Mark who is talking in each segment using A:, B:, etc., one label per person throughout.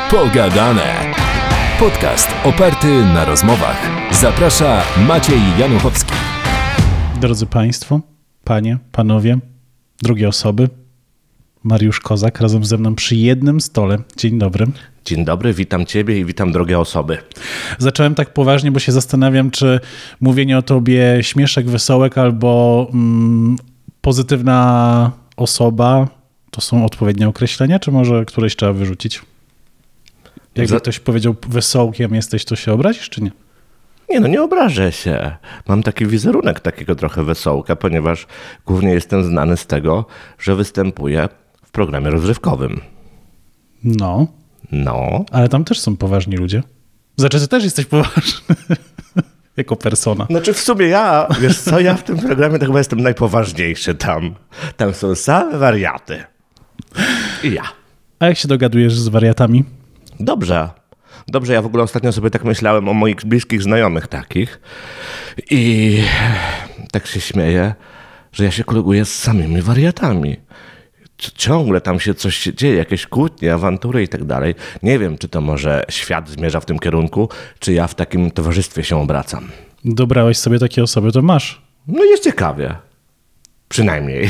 A: Pogadane. Podcast oparty na rozmowach. Zaprasza Maciej Januchowski.
B: Drodzy Państwo, Panie, Panowie, drugie osoby, Mariusz Kozak razem ze mną przy jednym stole. Dzień dobry.
C: Dzień dobry, witam Ciebie i witam drogie osoby.
B: Zacząłem tak poważnie, bo się zastanawiam, czy mówienie o Tobie śmieszek, wesołek albo pozytywna osoba to są odpowiednie określenia, czy może któreś trzeba wyrzucić? Jakby ktoś powiedział wesołkiem jesteś, to się obrazisz, czy nie?
C: Nie obrażę się. Mam taki wizerunek takiego trochę wesołka, ponieważ głównie jestem znany z tego, że występuję w programie rozrywkowym.
B: No. Ale tam też są poważni ludzie. Znaczy, ty też jesteś poważny. Jako persona.
C: Znaczy w sumie wiesz co, ja w tym programie to chyba jestem najpoważniejszy tam. Tam są same wariaty. I ja.
B: A jak się dogadujesz z wariatami?
C: Dobrze, ja w ogóle ostatnio sobie tak myślałem o moich bliskich znajomych takich i tak się śmieję, że ja się koleguję z samymi wariatami. Ciągle tam się coś dzieje, jakieś kłótnie, awantury i tak dalej. Nie wiem, czy to może świat zmierza w tym kierunku, czy ja w takim towarzystwie się obracam.
B: Dobrałeś sobie takie osoby, to masz.
C: No jest ciekawie. Przynajmniej.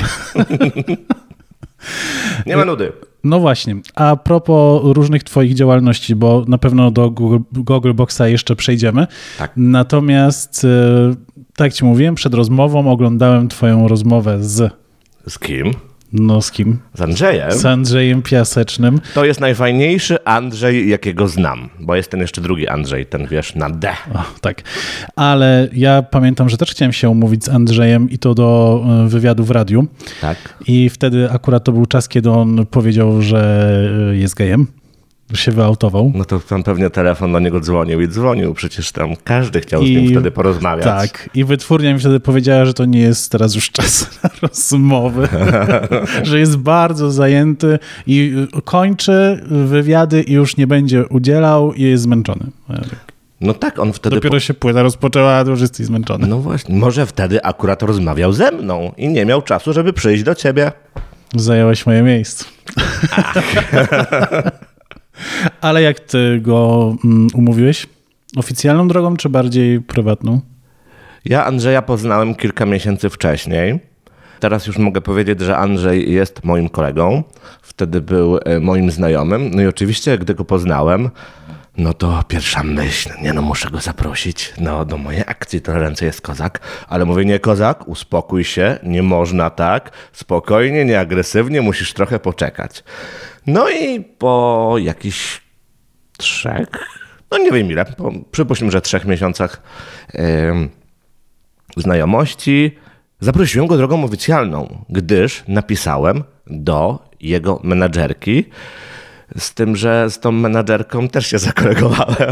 C: Nie ma nudy.
B: No właśnie, a propos różnych twoich działalności, bo na pewno do Google Boxa jeszcze przejdziemy.
C: Tak.
B: Natomiast, tak jak ci mówiłem, przed rozmową oglądałem twoją rozmowę z...
C: Z kim?
B: No z kim?
C: Z Andrzejem.
B: Z Andrzejem Piasecznym.
C: To jest najfajniejszy Andrzej, jakiego znam, bo jest ten jeszcze drugi Andrzej, ten wiesz, na D.
B: O, tak, ale ja pamiętam, że też chciałem się umówić z Andrzejem i to do wywiadu w radiu.
C: Tak.
B: I wtedy akurat to był czas, kiedy on powiedział, że jest gejem, że się wyautował.
C: No to tam pewnie telefon do niego dzwonił, przecież tam każdy chciał z nim wtedy porozmawiać.
B: Tak, i wytwórnia mi wtedy powiedziała, że to nie jest teraz już czas na rozmowy, że jest bardzo zajęty i kończy wywiady i już nie będzie udzielał i jest zmęczony.
C: No tak, on wtedy...
B: Dopiero się płyta rozpoczęła, a już jesteś zmęczony.
C: No właśnie, może wtedy akurat rozmawiał ze mną i nie miał czasu, żeby przyjść do ciebie.
B: Zająłeś moje miejsce. Ale jak ty go umówiłeś? Oficjalną drogą, czy bardziej prywatną?
C: Ja Andrzeja poznałem kilka miesięcy wcześniej. Teraz już mogę powiedzieć, że Andrzej jest moim kolegą. Wtedy był moim znajomym. No i oczywiście, gdy go poznałem, no to pierwsza myśl, muszę go zaprosić do mojej akcji Tolerancja jest Kozak. Ale mówię, nie Kozak, uspokój się, nie można tak, spokojnie, nieagresywnie, musisz trochę poczekać. No i po jakichś 3, nie wiem ile, przypuśćmy, że 3 miesiącach znajomości zaprosiłem go drogą oficjalną, gdyż napisałem do jego menadżerki, z tym, że z tą menadżerką też się zakolegowałem.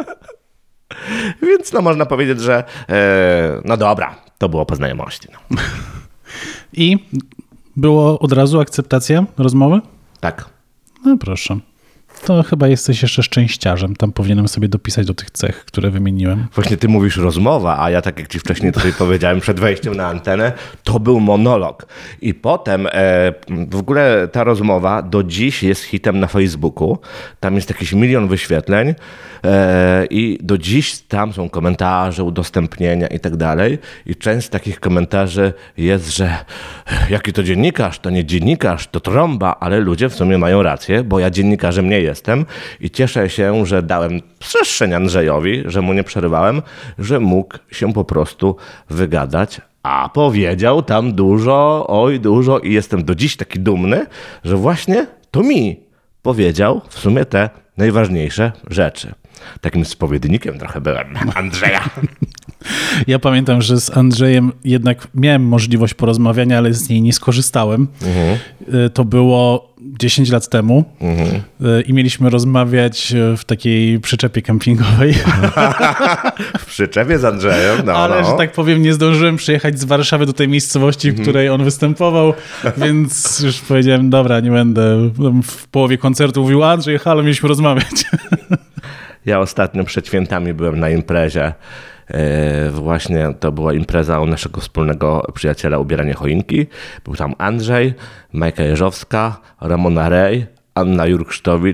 C: Więc można powiedzieć, że dobra, to było po znajomości. No.
B: I było od razu akceptacja rozmowy?
C: Tak.
B: No proszę. To chyba jesteś jeszcze szczęściarzem. Tam powinienem sobie dopisać do tych cech, które wymieniłem.
C: Właśnie ty mówisz rozmowa, a ja tak jak ci wcześniej tutaj powiedziałem przed wejściem na antenę, to był monolog. I potem w ogóle ta rozmowa do dziś jest hitem na Facebooku. Tam jest jakiś 1 000 000 wyświetleń i do dziś tam są komentarze, udostępnienia i tak dalej. I część z takich komentarzy jest, że jaki to dziennikarz, to nie dziennikarz, to trąba, ale ludzie w sumie mają rację, bo ja dziennikarzem nie jestem i cieszę się, że dałem przestrzeń Andrzejowi, że mu nie przerywałem, że mógł się po prostu wygadać, a powiedział tam dużo i jestem do dziś taki dumny, że właśnie to mi powiedział w sumie te najważniejsze rzeczy. Takim spowiednikiem trochę byłem Andrzeja.
B: Ja pamiętam, że z Andrzejem jednak miałem możliwość porozmawiania, ale z niej nie skorzystałem. To było 10 lat temu i mieliśmy rozmawiać w takiej przyczepie kempingowej.
C: W przyczepie z Andrzejem?
B: Ale, że tak powiem, nie zdążyłem przyjechać z Warszawy do tej miejscowości, w której on występował, więc już powiedziałem, dobra, nie będę. W połowie koncertu mówił, Andrzej, halo, mieliśmy rozmawiać.
C: Ja ostatnio przed świętami byłem na imprezie. Właśnie to była impreza u naszego wspólnego przyjaciela Ubieranie Choinki. Był tam Andrzej, Majka Jeżowska, Ramona Rej, Anna Jurksztowicz,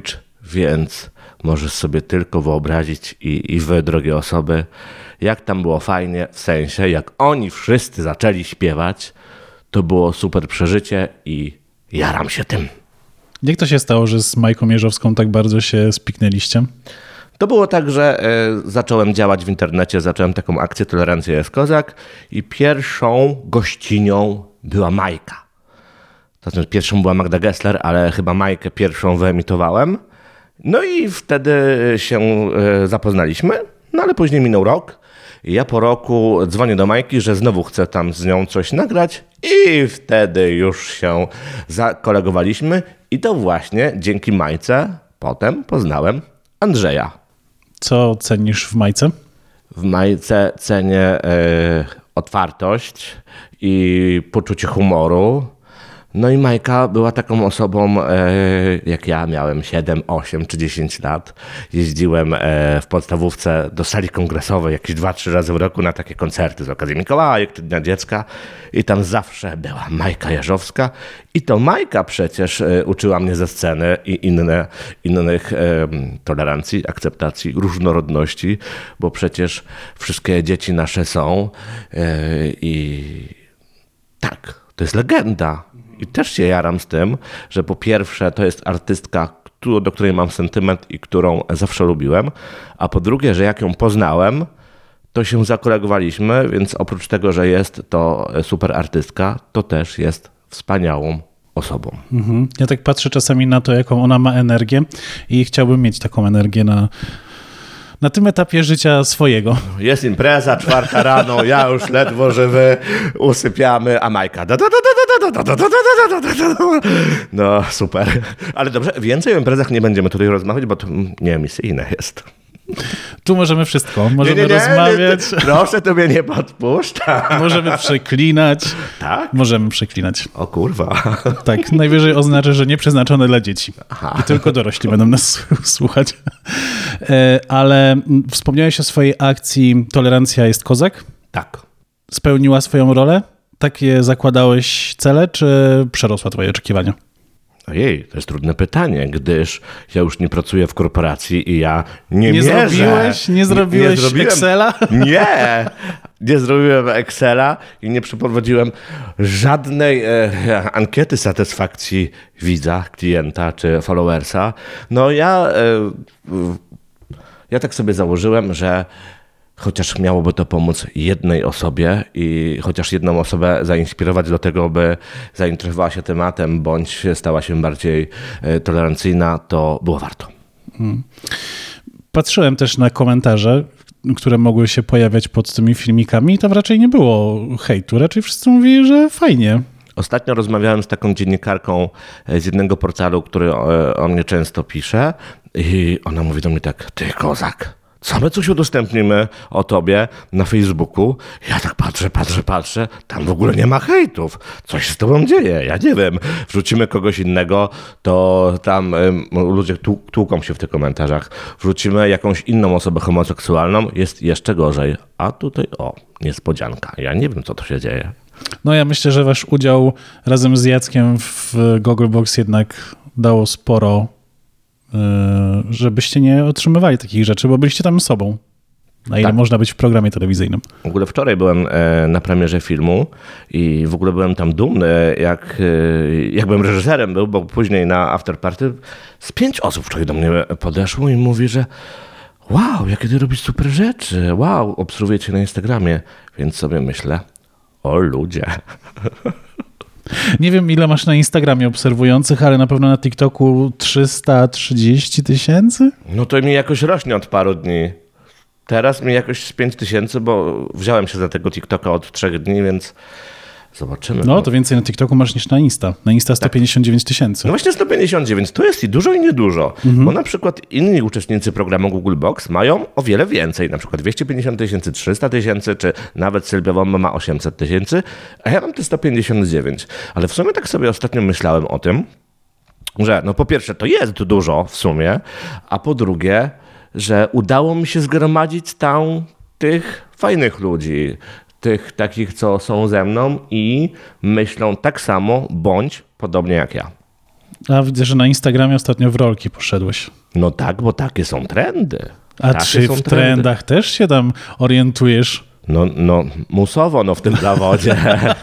C: więc możesz sobie tylko wyobrazić i wy, drogie osoby, jak tam było fajnie, w sensie jak oni wszyscy zaczęli śpiewać, to było super przeżycie i jaram się tym.
B: Jak to się stało, że z Majką Jeżowską tak bardzo się spiknęliście?
C: To było tak, że zacząłem działać w internecie, zacząłem taką akcję Tolerancja jest Kozak i pierwszą gościnią była Majka. To znaczy pierwszą była Magda Gessler, ale chyba Majkę pierwszą wyemitowałem. No i wtedy się zapoznaliśmy, no ale później minął rok. I ja po roku dzwonię do Majki, że znowu chcę tam z nią coś nagrać i wtedy już się zakolegowaliśmy i to właśnie dzięki Majce potem poznałem Andrzeja.
B: Co cenisz w Majce?
C: W Majce cenię otwartość i poczucie humoru. No i Majka była taką osobą, jak ja miałem 7, 8 czy 10 lat. Jeździłem w podstawówce do sali kongresowej jakieś 2-3 razy w roku na takie koncerty z okazji Mikołajek czy Dnia Dziecka. I tam zawsze była Majka Jeżowska. I to Majka przecież uczyła mnie ze sceny i innych tolerancji, akceptacji, różnorodności, bo przecież wszystkie dzieci nasze są i tak, to jest legenda. I też się jaram z tym, że po pierwsze to jest artystka, do której mam sentyment i którą zawsze lubiłem, a po drugie, że jak ją poznałem, to się zakolegowaliśmy, więc oprócz tego, że jest to super artystka, to też jest wspaniałą osobą.
B: Ja tak patrzę czasami na to, jaką ona ma energię i chciałbym mieć taką energię na tym etapie życia swojego.
C: Jest impreza, 4 rano, ja już ledwo żywy, usypiamy, a Majka. No super. Ale dobrze, więcej o imprezach nie będziemy tutaj rozmawiać, bo to nieemisyjne jest.
B: Tu możemy wszystko. Możemy rozmawiać.
C: Proszę, to mnie nie podpuszcza.
B: Możemy przeklinać.
C: Tak?
B: Możemy przeklinać.
C: O kurwa.
B: Tak, najwyżej oznacza, że nie przeznaczone dla dzieci.
C: Aha.
B: I tylko dorośli będą nas słuchać. Ale wspomniałeś o swojej akcji Tolerancja jest Kozak?
C: Tak.
B: Spełniła swoją rolę? Takie zakładałeś cele, czy przerosła twoje oczekiwania?
C: Ojej, to jest trudne pytanie, gdyż ja już nie pracuję w korporacji i ja nie mierzę.
B: Nie zrobiłeś Excela?
C: Nie zrobiłem Excela i nie przeprowadziłem żadnej ankiety satysfakcji widza, klienta czy followersa. No ja tak sobie założyłem, że chociaż miałoby to pomóc jednej osobie i chociaż jedną osobę zainspirować do tego, by zainteresowała się tematem, bądź stała się bardziej tolerancyjna, to było warto.
B: Patrzyłem też na komentarze, które mogły się pojawiać pod tymi filmikami i tam raczej nie było hejtu, raczej wszyscy mówili, że fajnie.
C: Ostatnio rozmawiałem z taką dziennikarką z jednego portalu, który o mnie często pisze i ona mówi do mnie tak: ty kozak, co my coś udostępnimy o tobie na Facebooku? Ja tak patrzę, tam w ogóle nie ma hejtów. Coś się z tobą dzieje, ja nie wiem. Wrzucimy kogoś innego, to tam ludzie tłuką się w tych komentarzach. Wrzucimy jakąś inną osobę homoseksualną, jest jeszcze gorzej. A tutaj, niespodzianka. Ja nie wiem, co to się dzieje.
B: No ja myślę, że wasz udział razem z Jackiem w Gogglebox jednak dało sporo, żebyście nie otrzymywali takich rzeczy, bo byliście tam sobą. Na ile można być w programie telewizyjnym.
C: W ogóle wczoraj byłem na premierze filmu i w ogóle byłem tam dumny, jak byłem reżyserem bo później na afterparty z 5 osób wczoraj do mnie podeszło i mówi, że wow, jakie ty robisz super rzeczy, wow, obserwuję cię na Instagramie, więc sobie myślę, o ludzie.
B: Nie wiem, ile masz na Instagramie obserwujących, ale na pewno na TikToku 330 000?
C: No to mi jakoś rośnie od paru dni. Teraz mi jakoś z 5000, bo wziąłem się za tego TikToka od 3 dni, więc zobaczymy.
B: No to więcej na TikToku masz niż na Insta. Na Insta 159 000.
C: No właśnie 159, to jest i dużo i niedużo, bo na przykład inni uczestnicy programu Gogglebox mają o wiele więcej, na przykład 250 000, 300 000, czy nawet Sylwia Womma ma 800 000, a ja mam te 159. Ale w sumie tak sobie ostatnio myślałem o tym, że no po pierwsze to jest dużo w sumie, a po drugie, że udało mi się zgromadzić tam tych fajnych ludzi, tych takich, co są ze mną i myślą tak samo, bądź podobnie jak ja.
B: A widzę, że na Instagramie ostatnio w rolki poszedłeś.
C: No tak, bo takie są trendy.
B: A
C: Takie
B: czy
C: są
B: w
C: trendy.
B: trendach też się tam orientujesz?
C: No, musowo, no w tym zawodzie.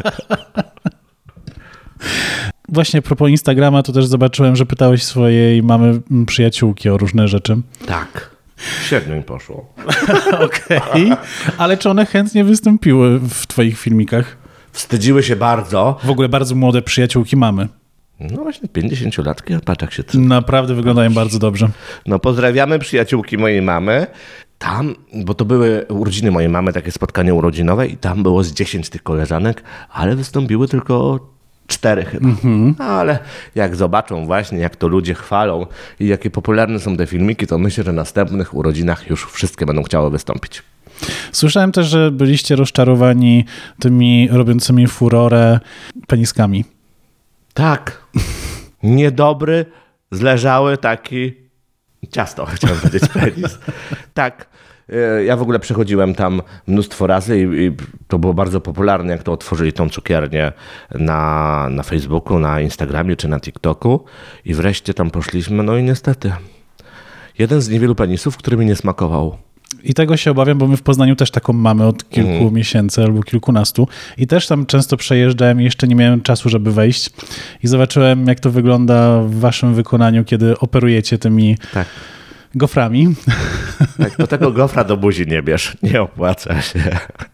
B: Właśnie a propos Instagrama, to też zobaczyłem, że pytałeś swojej mamy przyjaciółki o różne rzeczy.
C: Tak, średnio mi poszło.
B: Okej. Ale czy one chętnie wystąpiły w twoich filmikach?
C: Wstydziły się bardzo.
B: W ogóle bardzo młode przyjaciółki mamy.
C: No właśnie 50-latki, a patrz jak się...
B: Naprawdę wyglądają bardzo dobrze.
C: No pozdrawiamy przyjaciółki mojej mamy. Tam, bo to były urodziny mojej mamy, takie spotkanie urodzinowe i tam było z 10 tych koleżanek, ale wystąpiły tylko 4 chyba. Ale jak zobaczą właśnie, jak to ludzie chwalą i jakie popularne są te filmiki, to myślę, że na następnych urodzinach już wszystkie będą chciały wystąpić.
B: Słyszałem też, że byliście rozczarowani tymi robiącymi furorę peniskami.
C: Tak. Niedobry, zleżały taki ciasto, chciałem powiedzieć penis. Tak. Ja w ogóle przechodziłem tam mnóstwo razy i to było bardzo popularne, jak to otworzyli tą cukiernię na Facebooku, na Instagramie czy na TikToku i wreszcie tam poszliśmy, no i niestety jeden z niewielu penisów, który mi nie smakował.
B: I tego się obawiam, bo my w Poznaniu też taką mamy od kilku miesięcy albo kilkunastu i też tam często przejeżdżałem i jeszcze nie miałem czasu, żeby wejść i zobaczyłem, jak to wygląda w waszym wykonaniu, kiedy operujecie tymi goframi.
C: Tak, do tego gofra do buzi nie bierz, nie opłaca się.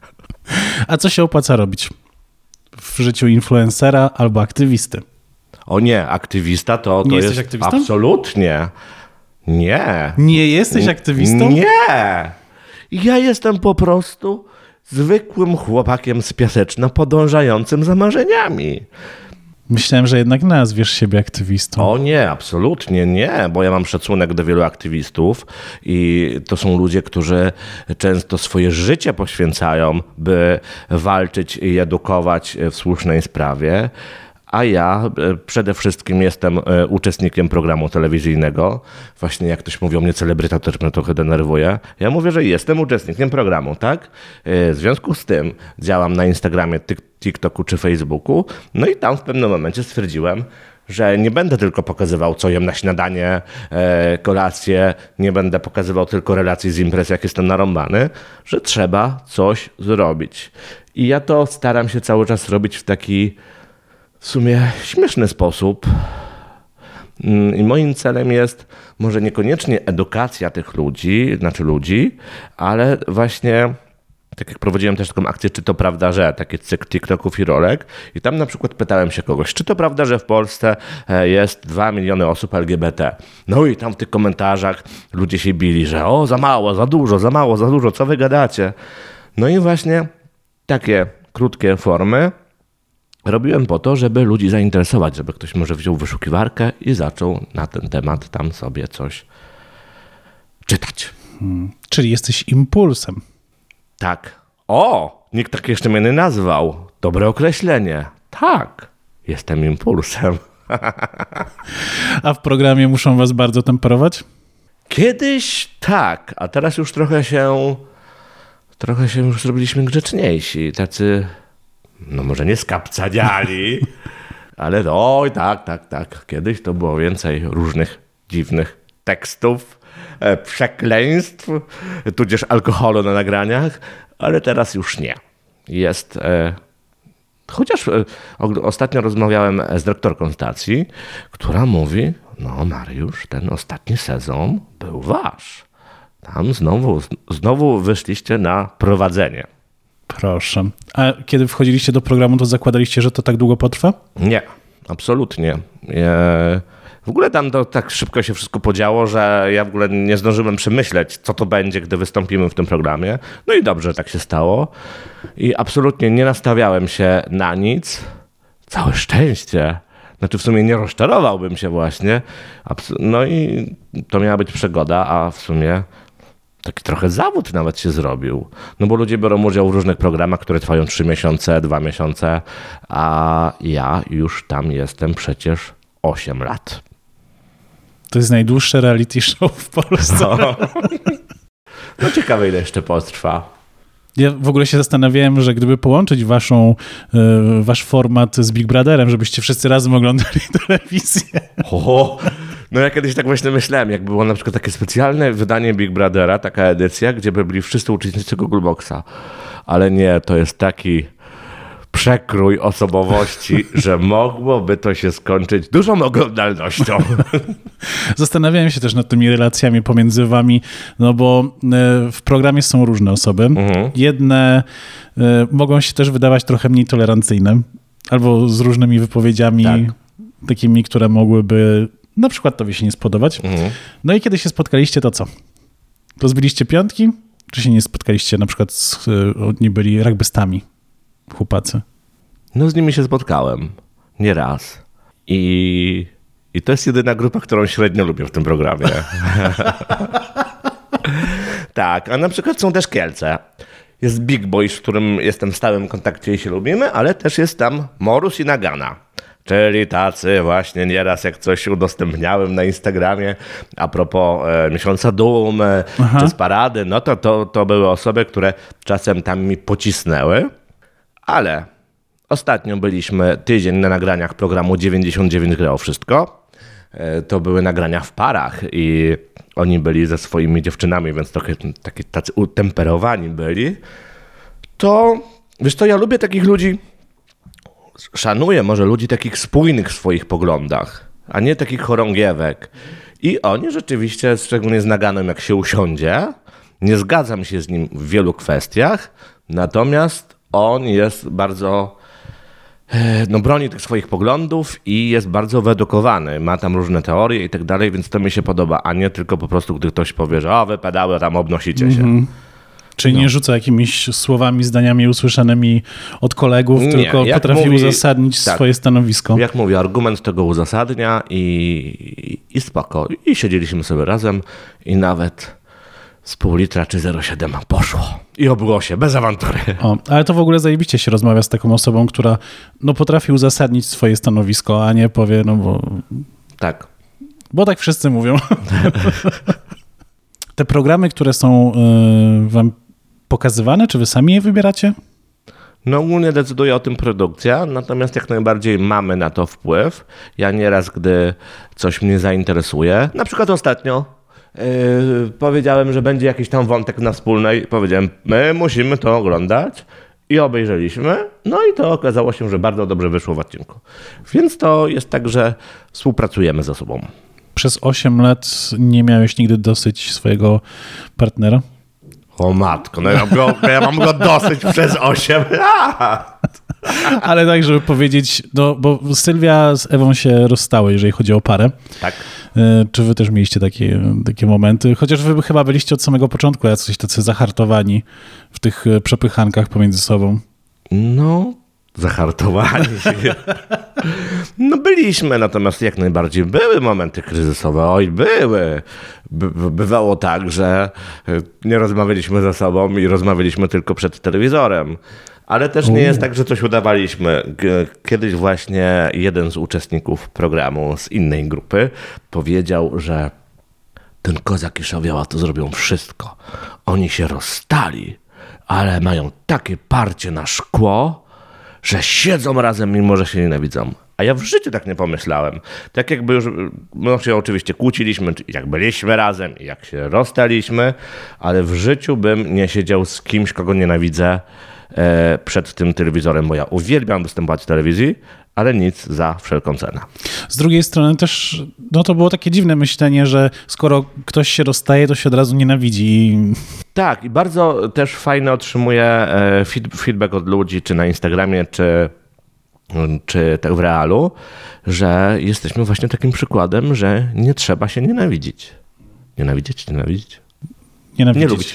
B: A co się opłaca robić w życiu influencera albo aktywisty?
C: O nie, aktywista to
B: Nie
C: jest
B: jesteś aktywistą?
C: absolutnie. Nie.
B: Nie jesteś aktywistą?
C: Nie. Ja jestem po prostu zwykłym chłopakiem z Piaseczna podążającym za marzeniami.
B: Myślałem, że jednak nazwiesz siebie aktywistą.
C: O nie, absolutnie nie, bo ja mam szacunek do wielu aktywistów i to są ludzie, którzy często swoje życie poświęcają, by walczyć i edukować w słusznej sprawie. A ja przede wszystkim jestem uczestnikiem programu telewizyjnego. Właśnie jak ktoś mówi o mnie celebryta, to też mnie trochę denerwuje. Ja mówię, że jestem uczestnikiem programu, tak? W związku z tym działam na Instagramie, TikToku czy Facebooku. No i tam w pewnym momencie stwierdziłem, że nie będę tylko pokazywał, co jem na śniadanie, kolację, nie będę pokazywał tylko relacji z imprez, jak jestem narąbany, że trzeba coś zrobić. I ja to staram się cały czas robić w taki w sumie śmieszny sposób. I moim celem jest może niekoniecznie edukacja tych ludzi, ale właśnie tak jak prowadziłem też taką akcję, czy to prawda, że taki cykl TikToków i rolek i tam na przykład pytałem się kogoś, czy to prawda, że w Polsce jest 2 miliony osób LGBT. No i tam w tych komentarzach ludzie się bili, że o, za mało, za dużo, za mało, za dużo, co wy gadacie? No i właśnie takie krótkie formy robiłem po to, żeby ludzi zainteresować, żeby ktoś może wziął wyszukiwarkę i zaczął na ten temat tam sobie coś czytać.
B: Czyli jesteś impulsem.
C: Tak. O, nikt tak jeszcze mnie nie nazwał. Dobre określenie. Tak, jestem impulsem.
B: A w programie muszą was bardzo temperować?
C: Kiedyś tak, a teraz już trochę się już zrobiliśmy grzeczniejsi. Tacy, no może nie skapcaniali, ale oj, tak. Kiedyś to było więcej różnych dziwnych tekstów, przekleństw, tudzież alkoholu na nagraniach, ale teraz już nie. Jest... Chociaż ostatnio rozmawiałem z dyrektorką stacji, która mówi, no Mariusz, ten ostatni sezon był wasz. Tam znowu wyszliście na prowadzenie.
B: Proszę. A kiedy wchodziliście do programu, to zakładaliście, że to tak długo potrwa?
C: Nie, absolutnie. W ogóle tam to tak szybko się wszystko podziało, że ja w ogóle nie zdążyłem przemyśleć, co to będzie, gdy wystąpimy w tym programie. No i dobrze, że tak się stało. I absolutnie nie nastawiałem się na nic. Całe szczęście. Znaczy w sumie nie rozczarowałbym się właśnie. No i to miała być przygoda, a w sumie taki trochę zawód nawet się zrobił. No bo ludzie biorą udział w różnych programach, które trwają 3 miesiące, 2 miesiące, a ja już tam jestem przecież 8 lat.
B: To jest najdłuższe reality show w Polsce.
C: No ciekawe, ile jeszcze potrwa.
B: Ja w ogóle się zastanawiałem, że gdyby połączyć wasz format z Big Brotherem, żebyście wszyscy razem oglądali telewizję.
C: No ja kiedyś tak właśnie myślałem, jak było na przykład takie specjalne wydanie Big Brothera, taka edycja, gdzie by byli wszyscy uczestnicy Google Boxa. Ale nie, to jest taki przekrój osobowości, że mogłoby to się skończyć dużą oglądalnością.
B: Zastanawiałem się też nad tymi relacjami pomiędzy wami, no bo w programie są różne osoby. Jedne mogą się też wydawać trochę mniej tolerancyjne, albo z różnymi wypowiedziami, takimi, które mogłyby na przykład tobie się nie spodobać. No i kiedy się spotkaliście, to co? To zbiliście piątki? Czy się nie spotkaliście na przykład oni byli rugbystami, chłopacy?
C: No z nimi się spotkałem. Nie raz. I to jest jedyna grupa, którą średnio lubię w tym programie. Tak, a na przykład są też Kielce. Jest Big Boy, z którym jestem w stałym kontakcie i się lubimy, ale też jest tam Morus i Nagana. Czyli tacy właśnie nieraz jak coś udostępniałem na Instagramie a propos Miesiąca Dumy czy z Parady, no to były osoby, które czasem tam mi pocisnęły, ale ostatnio byliśmy tydzień na nagraniach programu 99 grało wszystko. To były nagrania w parach i oni byli ze swoimi dziewczynami, więc trochę tacy utemperowani byli. To, wiesz co, ja lubię takich ludzi, szanuję może ludzi takich spójnych w swoich poglądach, a nie takich chorągiewek. I oni rzeczywiście, szczególnie z Naganem, jak się usiądzie, nie zgadzam się z nim w wielu kwestiach, natomiast on jest bardzo, broni tych swoich poglądów i jest bardzo wyedukowany. Ma tam różne teorie i tak dalej, więc to mi się podoba, a nie tylko po prostu, gdy ktoś powie, że wypadały, tam obnosicie się.
B: Czyli nie rzuca jakimiś słowami, zdaniami usłyszanymi od kolegów, tylko potrafi uzasadnić swoje stanowisko.
C: Jak mówię, argument tego uzasadnia i spoko. I siedzieliśmy sobie razem i nawet z pół litra czy 0,7 poszło. I obyło się, bez awantury.
B: Ale to w ogóle zajebiście się rozmawia z taką osobą, która potrafi uzasadnić swoje stanowisko, a nie powie, bo...
C: Tak.
B: Bo tak wszyscy mówią. Te programy, które są wam pokazywane, czy wy sami je wybieracie?
C: No ogólnie decyduje o tym produkcja, natomiast jak najbardziej mamy na to wpływ. Ja nieraz, gdy coś mnie zainteresuje, na przykład ostatnio powiedziałem, że będzie jakiś tam wątek na wspólnej, powiedziałem, my musimy to oglądać i obejrzeliśmy, no i to okazało się, że bardzo dobrze wyszło w odcinku. Więc to jest tak, że współpracujemy ze sobą.
B: Przez 8 lat nie miałeś nigdy dosyć swojego partnera?
C: O matko, ja mam go dosyć przez 8 lat.
B: Ale tak, żeby powiedzieć, bo Sylwia z Ewą się rozstały, jeżeli chodzi o parę.
C: Tak.
B: Czy wy też mieliście takie momenty? Chociaż wy chyba byliście od samego początku jacyś tacy zahartowani w tych przepychankach pomiędzy sobą.
C: No, zahartowani. No byliśmy, natomiast jak najbardziej były momenty kryzysowe. Oj, były. Bywało tak, że nie rozmawialiśmy ze sobą i rozmawialiśmy tylko przed telewizorem. Ale też nie jest tak, że coś udawaliśmy. Kiedyś właśnie jeden z uczestników programu z innej grupy powiedział, że ten Kozak i Szawioła to zrobią wszystko. Oni się rozstali, ale mają takie parcie na szkło, że siedzą razem, mimo że się nienawidzą. A ja w życiu tak nie pomyślałem. Tak jakby już, my się oczywiście kłóciliśmy, jak byliśmy razem i jak się rozstaliśmy, ale w życiu bym nie siedział z kimś, kogo nienawidzę przed tym telewizorem, bo ja uwielbiam występować w telewizji, ale nic za wszelką cenę.
B: Z drugiej strony też, to było takie dziwne myślenie, że skoro ktoś się rozstaje, to się od razu nienawidzi.
C: Tak, i bardzo też fajnie otrzymuję feedback od ludzi, czy na Instagramie, czy tak w realu, że jesteśmy właśnie takim przykładem, że nie trzeba się nienawidzić. Nienawidzić? Nie lubić.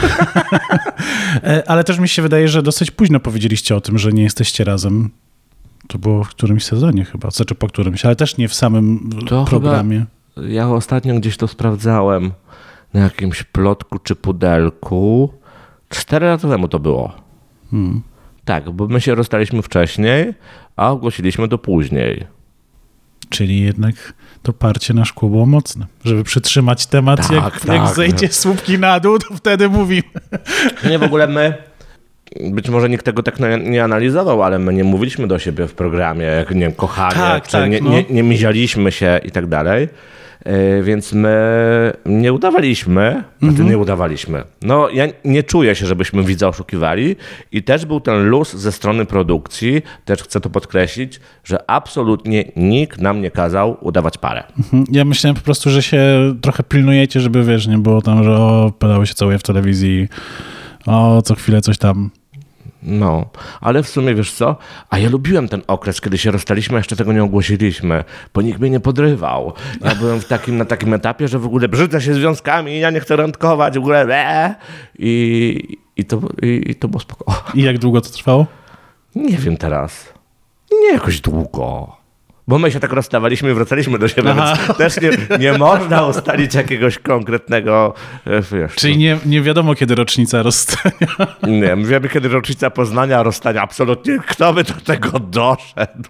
B: Ale też mi się wydaje, że dosyć późno powiedzieliście o tym, że nie jesteście razem. To było w którymś sezonie chyba, po którymś, ale też nie w samym programie.
C: Ja ostatnio gdzieś to sprawdzałem na jakimś plotku czy pudelku. 4 lata temu to było. Tak, bo my się rozstaliśmy wcześniej, a ogłosiliśmy to później.
B: Czyli jednak to parcie na szkło było mocne. Żeby przytrzymać temat, jak zejdzie słupki na dół, to wtedy mówimy.
C: Nie, w ogóle my, być może nikt tego tak nie analizował, ale my nie mówiliśmy do siebie w programie, jak nie wiem, kochanie, nie mizialiśmy się i tak dalej. Więc my nie udawaliśmy, No ja nie czuję się, żebyśmy widza oszukiwali i też był ten luz ze strony produkcji, też chcę to podkreślić, że absolutnie nikt nam nie kazał udawać parę.
B: Ja myślałem po prostu, że się trochę pilnujecie, żeby wiesz, nie było tam, że pedały się całuje w telewizji, co chwilę coś tam.
C: No, ale w sumie wiesz co? A ja lubiłem ten okres, kiedy się rozstaliśmy, a jeszcze tego nie ogłosiliśmy, bo nikt mnie nie podrywał. Ja byłem na takim etapie, że w ogóle brzydzę się związkami, ja nie chcę randkować, w ogóle I to było spoko.
B: I jak długo to trwało?
C: Nie wiem teraz. Nie jakoś długo. Bo my się tak rozstawaliśmy i wracaliśmy do siebie, więc też nie można ustalić jakiegoś konkretnego... Wiesz,
B: czyli nie wiadomo, kiedy rocznica rozstania.
C: Nie, my wiemy, kiedy rocznica poznania, a rozstania. Absolutnie. Kto by do tego doszedł?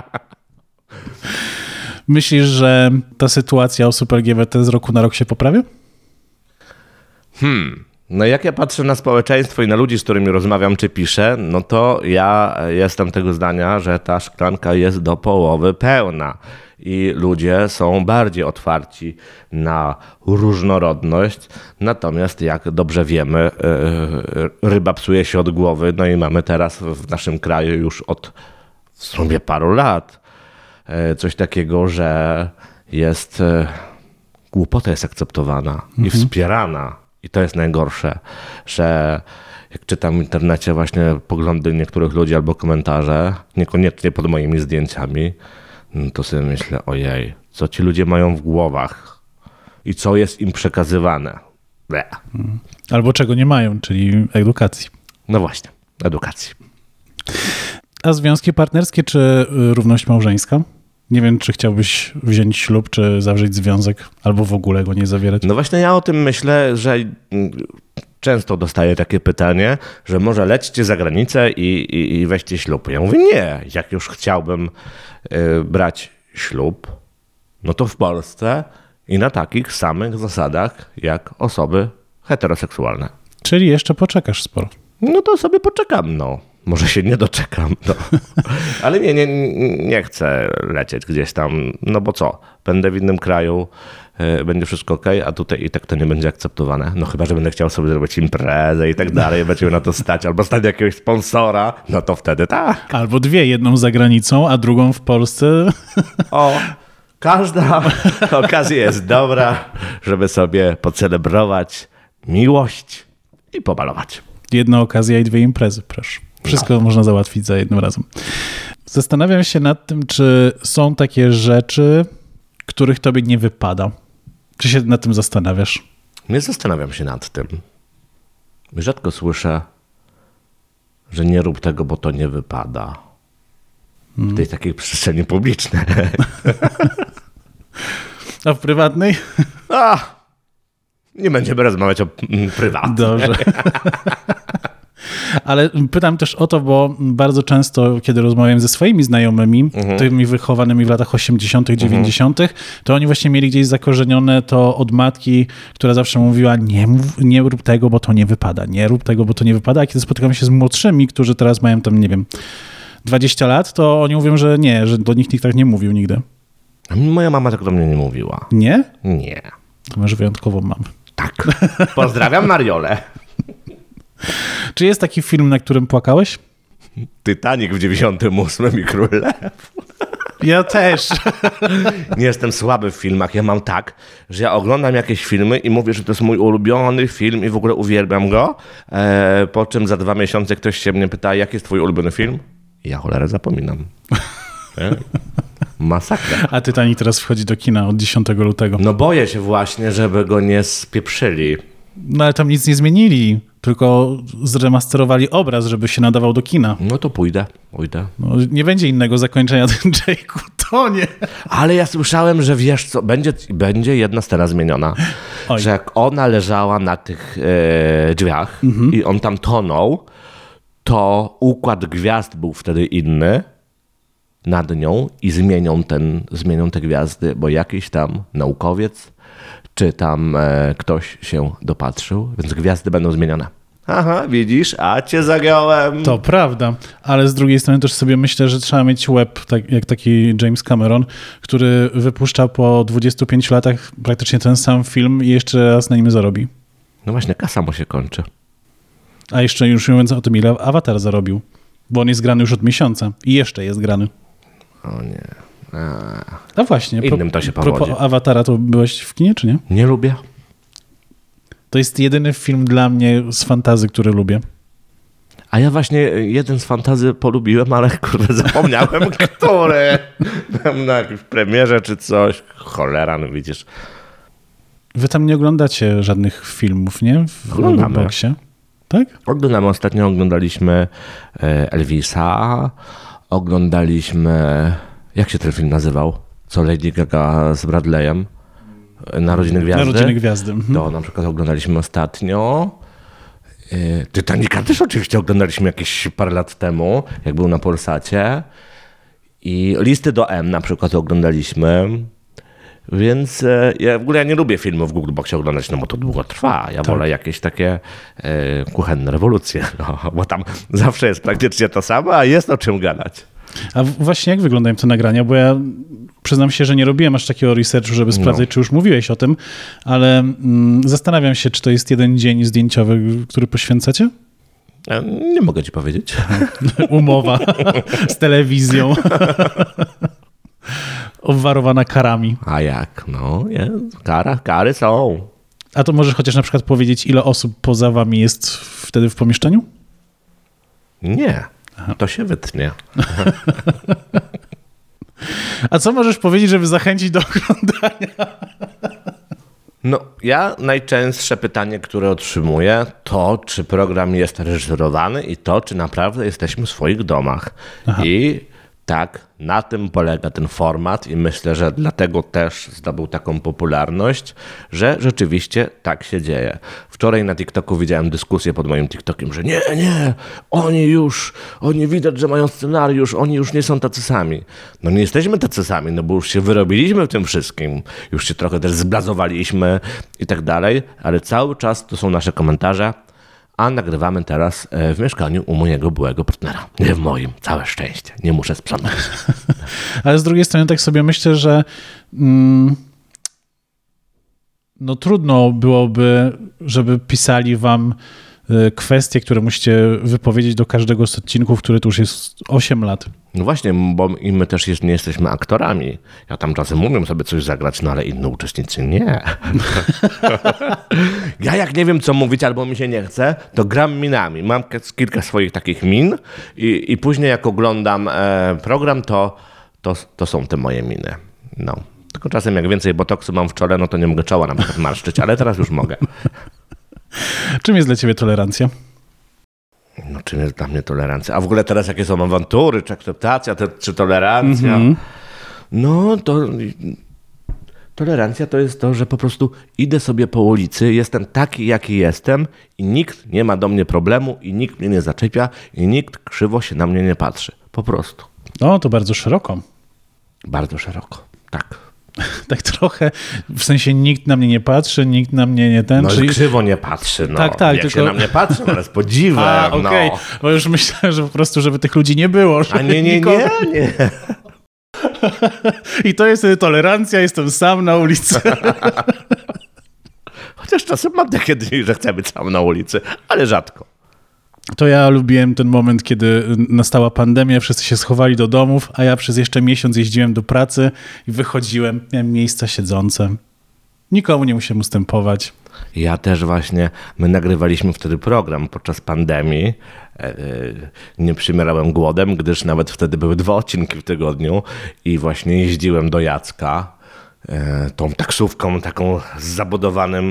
B: Myślisz, że ta sytuacja osób LGBT z roku na rok się poprawia?
C: No jak ja patrzę na społeczeństwo i na ludzi, z którymi rozmawiam czy piszę, no to ja jestem tego zdania, że ta szklanka jest do połowy pełna i ludzie są bardziej otwarci na różnorodność. Natomiast jak dobrze wiemy, ryba psuje się od głowy, no i mamy teraz w naszym kraju już od w sumie paru lat coś takiego, że głupota jest akceptowana i wspierana. I to jest najgorsze, że jak czytam w internecie właśnie poglądy niektórych ludzi albo komentarze, niekoniecznie pod moimi zdjęciami, no to sobie myślę, ojej, co ci ludzie mają w głowach i co jest im przekazywane.
B: Albo czego nie mają, czyli edukacji.
C: No właśnie, edukacji.
B: A związki partnerskie czy równość małżeńska? Nie wiem, czy chciałbyś wziąć ślub, czy zawrzeć związek, albo w ogóle go nie zawierać.
C: No właśnie ja o tym myślę, że często dostaję takie pytanie, że może lećcie za granicę i weźcie ślub. Ja mówię, nie, jak już chciałbym brać ślub, no to w Polsce i na takich samych zasadach jak osoby heteroseksualne.
B: Czyli jeszcze poczekasz sporo.
C: No to sobie poczekam, no. Może się nie doczekam, no. Ale nie chcę lecieć gdzieś tam, no bo co? Będę w innym kraju, będzie wszystko okej, a tutaj i tak to nie będzie akceptowane. No chyba, że będę chciał sobie zrobić imprezę i tak dalej, będzie na to stać, albo stać jakiegoś sponsora, no to wtedy tak.
B: Albo dwie, jedną za granicą, a drugą w Polsce.
C: O, każda okazja jest dobra, żeby sobie pocelebrować miłość i pomalować.
B: Jedna okazja i dwie imprezy, proszę. Wszystko można załatwić za jednym razem. Zastanawiam się nad tym, czy są takie rzeczy, których tobie nie wypada. Czy się nad tym zastanawiasz?
C: Nie zastanawiam się nad tym. Rzadko słyszę, że nie rób tego, bo to nie wypada. W tej takiej przestrzeni publicznej.
B: A w prywatnej?
C: Nie będziemy rozmawiać o prywatnej.
B: Dobrze. Ale pytam też o to, bo bardzo często, kiedy rozmawiam ze swoimi znajomymi, tymi wychowanymi w latach 80., 90., to oni właśnie mieli gdzieś zakorzenione to od matki, która zawsze mówiła, nie rób tego, bo to nie wypada, nie rób tego, bo to nie wypada. A kiedy spotykam się z młodszymi, którzy teraz mają tam, nie wiem, 20 lat, to oni mówią, że nie, że do nich nikt tak nie mówił nigdy.
C: Moja mama tak do mnie nie mówiła.
B: Nie?
C: Nie.
B: To masz wyjątkową mamę.
C: Tak. Pozdrawiam Mariolę.
B: Czy jest taki film, na którym płakałeś?
C: Titanic w 98 i Król Lew.
B: Ja też.
C: Nie jestem słaby w filmach. Ja mam tak, że ja oglądam jakieś filmy i mówię, że to jest mój ulubiony film i w ogóle uwielbiam go. Po czym za 2 miesiące ktoś się mnie pyta, jaki jest twój ulubiony film? I ja cholerę zapominam. Masakra.
B: A Titanic teraz wchodzi do kina od 10 lutego.
C: No boję się właśnie, żeby go nie spieprzyli.
B: No ale tam nic nie zmienili, tylko zremasterowali obraz, żeby się nadawał do kina.
C: No to pójdę.
B: No, nie będzie innego zakończenia ten Jake'u, to nie.
C: Ale ja słyszałem, że wiesz co, będzie jedna scena zmieniona.
B: Oj.
C: Że jak ona leżała na tych drzwiach i on tam tonął, to układ gwiazd był wtedy inny nad nią i zmienią te gwiazdy, bo jakiś tam naukowiec czy tam ktoś się dopatrzył, więc gwiazdy będą zmienione. Aha, widzisz, a cię zagiąłem.
B: To prawda, ale z drugiej strony też sobie myślę, że trzeba mieć łeb, tak jak taki James Cameron, który wypuszcza po 25 latach praktycznie ten sam film i jeszcze raz na nim zarobi.
C: No właśnie, kasa mu się kończy.
B: A jeszcze już mówiąc o tym, ile Avatar zarobił, bo on jest grany już od miesiąca i jeszcze jest grany.
C: O nie.
B: A właśnie,
C: Innym to się powodzi.
B: propos Awatara, to byłeś w kinie, czy nie?
C: Nie lubię.
B: To jest jedyny film dla mnie z fantasy, który lubię.
C: A ja właśnie jeden z fantazy polubiłem, ale kurde zapomniałem, który. Na jakiejś premierze czy coś. Cholera, no widzisz.
B: Wy tam nie oglądacie żadnych filmów, nie? W
C: Oglądamy.
B: Boxie. Tak?
C: Ostatnio oglądaliśmy Elvisa, oglądaliśmy, jak się ten film nazywał? Co Lady Gaga z Bradleyem? Narodziny Gwiazdy?
B: Narodziny Gwiazdy.
C: To na przykład oglądaliśmy ostatnio. Titanica też oczywiście oglądaliśmy jakieś parę lat temu, jak był na Polsacie. I Listy do M na przykład oglądaliśmy. Więc ja w ogóle nie lubię filmów w Google Boxie oglądać, no bo to długo trwa. Ja wolę jakieś takie kuchenne rewolucje, no, bo tam zawsze jest praktycznie to samo, a jest o czym gadać.
B: A właśnie jak wyglądają te nagrania? Bo ja przyznam się, że nie robiłem aż takiego researchu, żeby sprawdzić, czy już mówiłeś o tym, ale zastanawiam się, czy to jest jeden dzień zdjęciowy, który poświęcacie?
C: Nie mogę ci powiedzieć.
B: Umowa z telewizją. Obwarowana karami.
C: A jak? No, jest. Kary są.
B: A to możesz chociaż na przykład powiedzieć, ile osób poza wami jest wtedy w pomieszczeniu?
C: Nie. To się wytnie.
B: A co możesz powiedzieć, żeby zachęcić do oglądania?
C: No, ja najczęstsze pytanie, które otrzymuję, to czy program jest reżyserowany i to, czy naprawdę jesteśmy w swoich domach.
B: Aha.
C: I tak, na tym polega ten format i myślę, że dlatego też zdobył taką popularność, że rzeczywiście tak się dzieje. Wczoraj na TikToku widziałem dyskusję pod moim TikTokiem, że nie, oni widać, że mają scenariusz, oni już nie są tacy sami. No nie jesteśmy tacy sami, no bo już się wyrobiliśmy w tym wszystkim, już się trochę też zblazowaliśmy i tak dalej, ale cały czas to są nasze komentarze, a nagrywamy teraz w mieszkaniu u mojego byłego partnera. Nie w moim. Całe szczęście. Nie muszę sprzątać.
B: Ale z drugiej strony tak sobie myślę, że no trudno byłoby, żeby pisali wam kwestie, które musicie wypowiedzieć do każdego z odcinków, który tu już jest 8 lat.
C: No właśnie, bo i my też nie jesteśmy aktorami. Ja tam czasem umiem sobie coś zagrać, no ale inni uczestnicy nie. Ja jak nie wiem, co mówić albo mi się nie chce, to gram minami. Mam kilka swoich takich min i później jak oglądam program, to są te moje miny. No. Tylko czasem jak więcej botoksu mam w czole, no to nie mogę czoła na przykład marszczyć, ale teraz już mogę.
B: Czym jest dla ciebie tolerancja?
C: No czym jest dla mnie tolerancja? A w ogóle teraz jakie są awantury, czy akceptacja, czy tolerancja? No to tolerancja to jest to, że po prostu idę sobie po ulicy, jestem taki, jaki jestem i nikt nie ma do mnie problemu i nikt mnie nie zaczepia i nikt krzywo się na mnie nie patrzy. Po prostu.
B: No, to bardzo szeroko.
C: Bardzo szeroko, tak.
B: Tak trochę, w sensie nikt na mnie nie patrzy, nikt na mnie nie ten.
C: No
B: czyli...
C: krzywo nie patrzy, no.
B: Tak,
C: Jak
B: tylko...
C: się na mnie patrzy, ale z podziwem,
B: okej.
C: no.
B: Bo już myślałem, że po prostu, żeby tych ludzi nie było.
C: A nie.
B: I to jest tolerancja, jestem sam na ulicy.
C: Chociaż czasem mam takie dni, że chcę być sam na ulicy, ale rzadko.
B: To ja lubiłem ten moment, kiedy nastała pandemia, wszyscy się schowali do domów, a ja przez jeszcze miesiąc jeździłem do pracy i wychodziłem, miałem miejsca siedzące. Nikomu nie musiałem ustępować.
C: Ja też właśnie, my nagrywaliśmy wtedy program podczas pandemii. Nie przymierałem głodem, gdyż nawet wtedy były 2 odcinki w tygodniu i właśnie jeździłem do Jacka tą taksówką taką z zabudowanym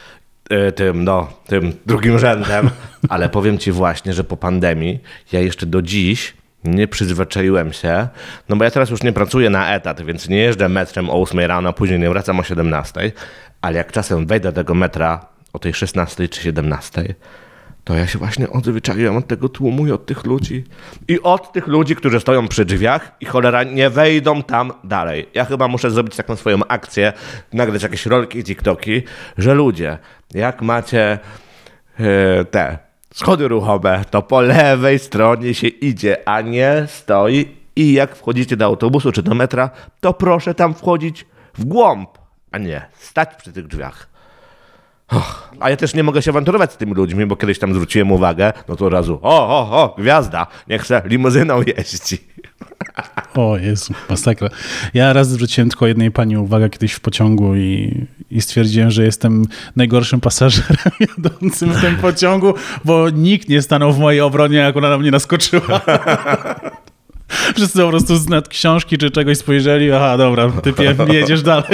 C: tym drugim rzędem, ale powiem ci właśnie, że po pandemii ja jeszcze do dziś nie przyzwyczaiłem się, no bo ja teraz już nie pracuję na etat, więc nie jeżdżę metrem o 8 rano, później nie wracam o 17, ale jak czasem wejdę do tego metra o tej 16 czy 17, to ja się właśnie odzwyczaiłem od tego tłumu i od tych ludzi. I od tych ludzi, którzy stoją przy drzwiach i cholera nie wejdą tam dalej. Ja chyba muszę zrobić taką swoją akcję, nagrać jakieś rolki i TikToki, że ludzie, jak macie schody ruchome, to po lewej stronie się idzie, a nie stoi. I jak wchodzicie do autobusu czy do metra, to proszę tam wchodzić w głąb, a nie stać przy tych drzwiach. A ja też nie mogę się awanturować z tymi ludźmi, bo kiedyś tam zwróciłem uwagę, no to od razu, gwiazda, niech se limuzyną jeździ.
B: O Jezu, masakra. Ja raz zwróciłem tylko jednej pani uwagę kiedyś w pociągu i stwierdziłem, że jestem najgorszym pasażerem jadącym w tym pociągu, bo nikt nie stanął w mojej obronie, jak ona na mnie naskoczyła. Wszyscy po prostu z nad książki czy czegoś spojrzeli, aha, dobra, typie, jedziesz dalej.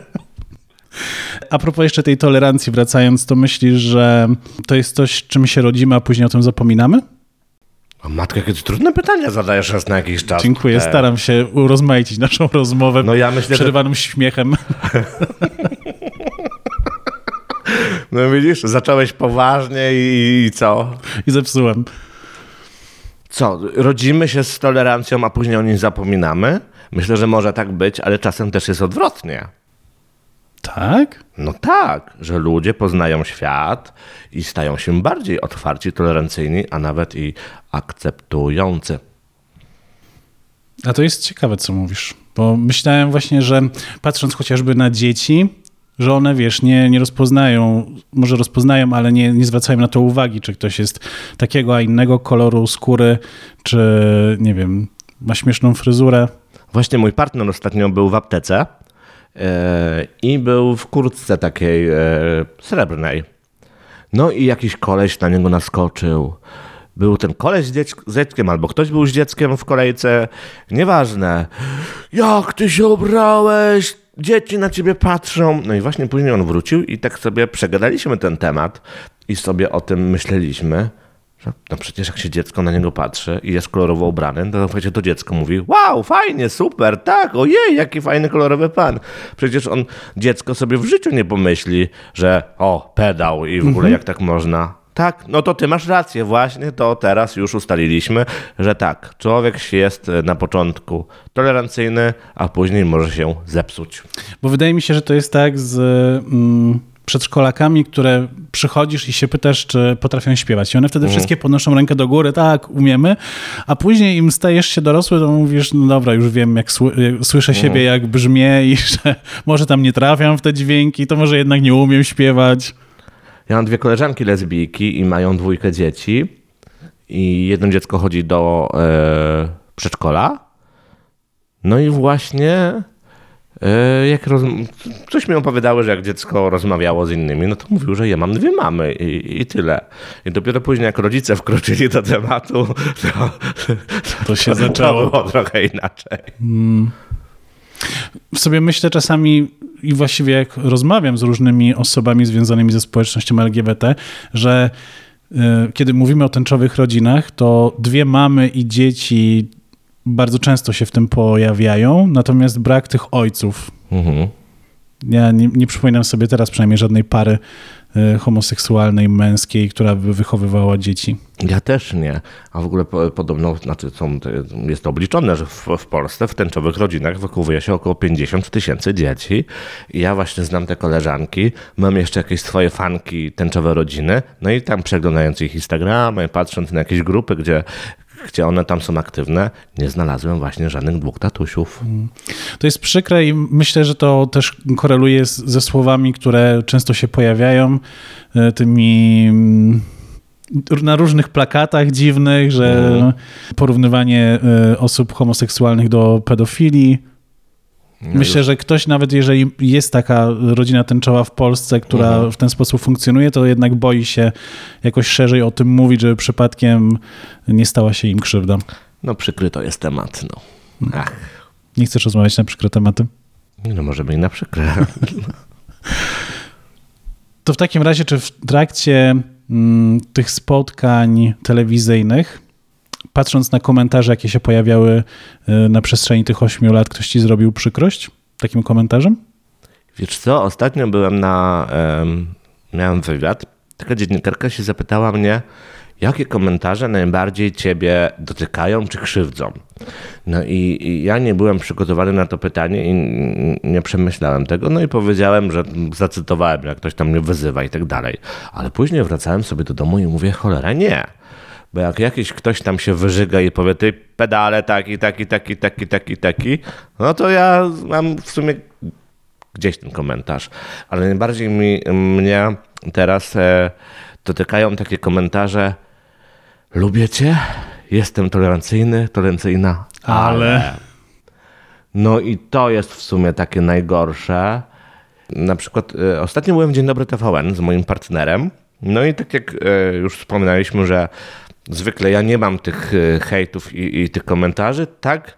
B: A propos jeszcze tej tolerancji, wracając, to myślisz, że to jest coś, czym się rodzimy, a później o tym zapominamy?
C: O matko, jakie trudne pytania zadajesz raz na jakiś czas.
B: Dziękuję, staram się urozmaicić naszą rozmowę przerywanym śmiechem.
C: No widzisz, zacząłeś poważnie i co?
B: I zepsułem.
C: Co, rodzimy się z tolerancją, a później o niej zapominamy? Myślę, że może tak być, ale czasem też jest odwrotnie.
B: Tak?
C: No tak, że ludzie poznają świat i stają się bardziej otwarci, tolerancyjni, a nawet i akceptujący.
B: A to jest ciekawe, co mówisz, bo myślałem właśnie, że patrząc chociażby na dzieci, że one, wiesz, nie rozpoznają, może rozpoznają, ale nie zwracają na to uwagi, czy ktoś jest takiego, a innego koloru skóry, czy, nie wiem, ma śmieszną fryzurę.
C: Właśnie mój partner ostatnio był w aptece i był w kurtce takiej srebrnej. No i jakiś koleś na niego naskoczył. Był ten koleś z dzieckiem, albo ktoś był z dzieckiem w kolejce. Nieważne. Jak ty się obrałeś? Dzieci na ciebie patrzą. No i właśnie później on wrócił i tak sobie przegadaliśmy ten temat i sobie o tym myśleliśmy, że no przecież jak się dziecko na niego patrzy i jest kolorowo ubrany, to słuchajcie, to dziecko mówi: wow, fajnie, super, tak, ojej, jaki fajny kolorowy pan. Przecież dziecko sobie w życiu nie pomyśli, że pedał i w ogóle jak tak można. Tak, no to ty masz rację, właśnie to teraz już ustaliliśmy, że tak, człowiek jest na początku tolerancyjny, a później może się zepsuć.
B: Bo wydaje mi się, że to jest tak z przedszkolakami, które przychodzisz i się pytasz, czy potrafią śpiewać. I one wtedy wszystkie podnoszą rękę do góry, tak, umiemy, a później im stajesz się dorosły, to mówisz, no dobra, już wiem, jak słyszę siebie, jak brzmię i że może tam nie trafiam w te dźwięki, to może jednak nie umiem śpiewać.
C: Ja mam 2 koleżanki lesbijki i mają 2 dzieci i jedno dziecko chodzi do przedszkola. No i właśnie coś mi opowiadały, że jak dziecko rozmawiało z innymi, no to mówił, że ja mam 2 mamy i tyle. I dopiero później jak rodzice wkroczyli do tematu,
B: to się zaczęło.
C: To było trochę inaczej.
B: Sobie myślę czasami i właściwie jak rozmawiam z różnymi osobami związanymi ze społecznością LGBT, że kiedy mówimy o tęczowych rodzinach, to 2 mamy i dzieci bardzo często się w tym pojawiają, natomiast brak tych ojców. Ja nie przypominam sobie teraz przynajmniej żadnej pary homoseksualnej, męskiej, która by wychowywała dzieci.
C: Ja też nie. A w ogóle podobno, jest to obliczone, że w Polsce w tęczowych rodzinach wychowuje się około 50 000 dzieci. I ja właśnie znam te koleżanki, mam jeszcze jakieś swoje fanki tęczowe rodziny, no i tam przeglądając ich Instagramy, patrząc na jakieś grupy, gdzie one tam są aktywne, nie znalazłem właśnie żadnych 2 tatusiów.
B: To jest przykre i myślę, że to też koreluje ze słowami, które często się pojawiają, tymi na różnych plakatach dziwnych, że porównywanie osób homoseksualnych do pedofilii. Myślę, że ktoś nawet jeżeli jest taka rodzina tęczowa w Polsce, która w ten sposób funkcjonuje, to jednak boi się jakoś szerzej o tym mówić, żeby przypadkiem nie stała się im krzywda.
C: No przykry to jest temat, no. Ach.
B: Nie chcesz rozmawiać na przykre tematy?
C: No możemy i na przykre.
B: To w takim razie, czy w trakcie tych spotkań telewizyjnych, patrząc na komentarze, jakie się pojawiały na przestrzeni tych 8 lat, ktoś ci zrobił przykrość takim komentarzem?
C: Wiesz co, ostatnio byłem miałem wywiad, taka dziennikarka się zapytała mnie, jakie komentarze najbardziej ciebie dotykają czy krzywdzą? No i ja nie byłem przygotowany na to pytanie i nie przemyślałem tego, no i powiedziałem, że zacytowałem, jak ktoś tam mnie wyzywa i tak dalej. Ale później wracałem sobie do domu i mówię, cholera, nie. Bo jak jakiś ktoś tam się wyżyga i powie, ty pedale taki, no to ja mam w sumie gdzieś ten komentarz. Ale najbardziej mnie teraz dotykają takie komentarze: lubię cię, jestem tolerancyjna, ale... No i to jest w sumie takie najgorsze. Na przykład ostatnio byłem w Dzień Dobry TVN z moim partnerem. No i tak jak już wspominaliśmy, że zwykle ja nie mam tych hejtów i tych komentarzy, tak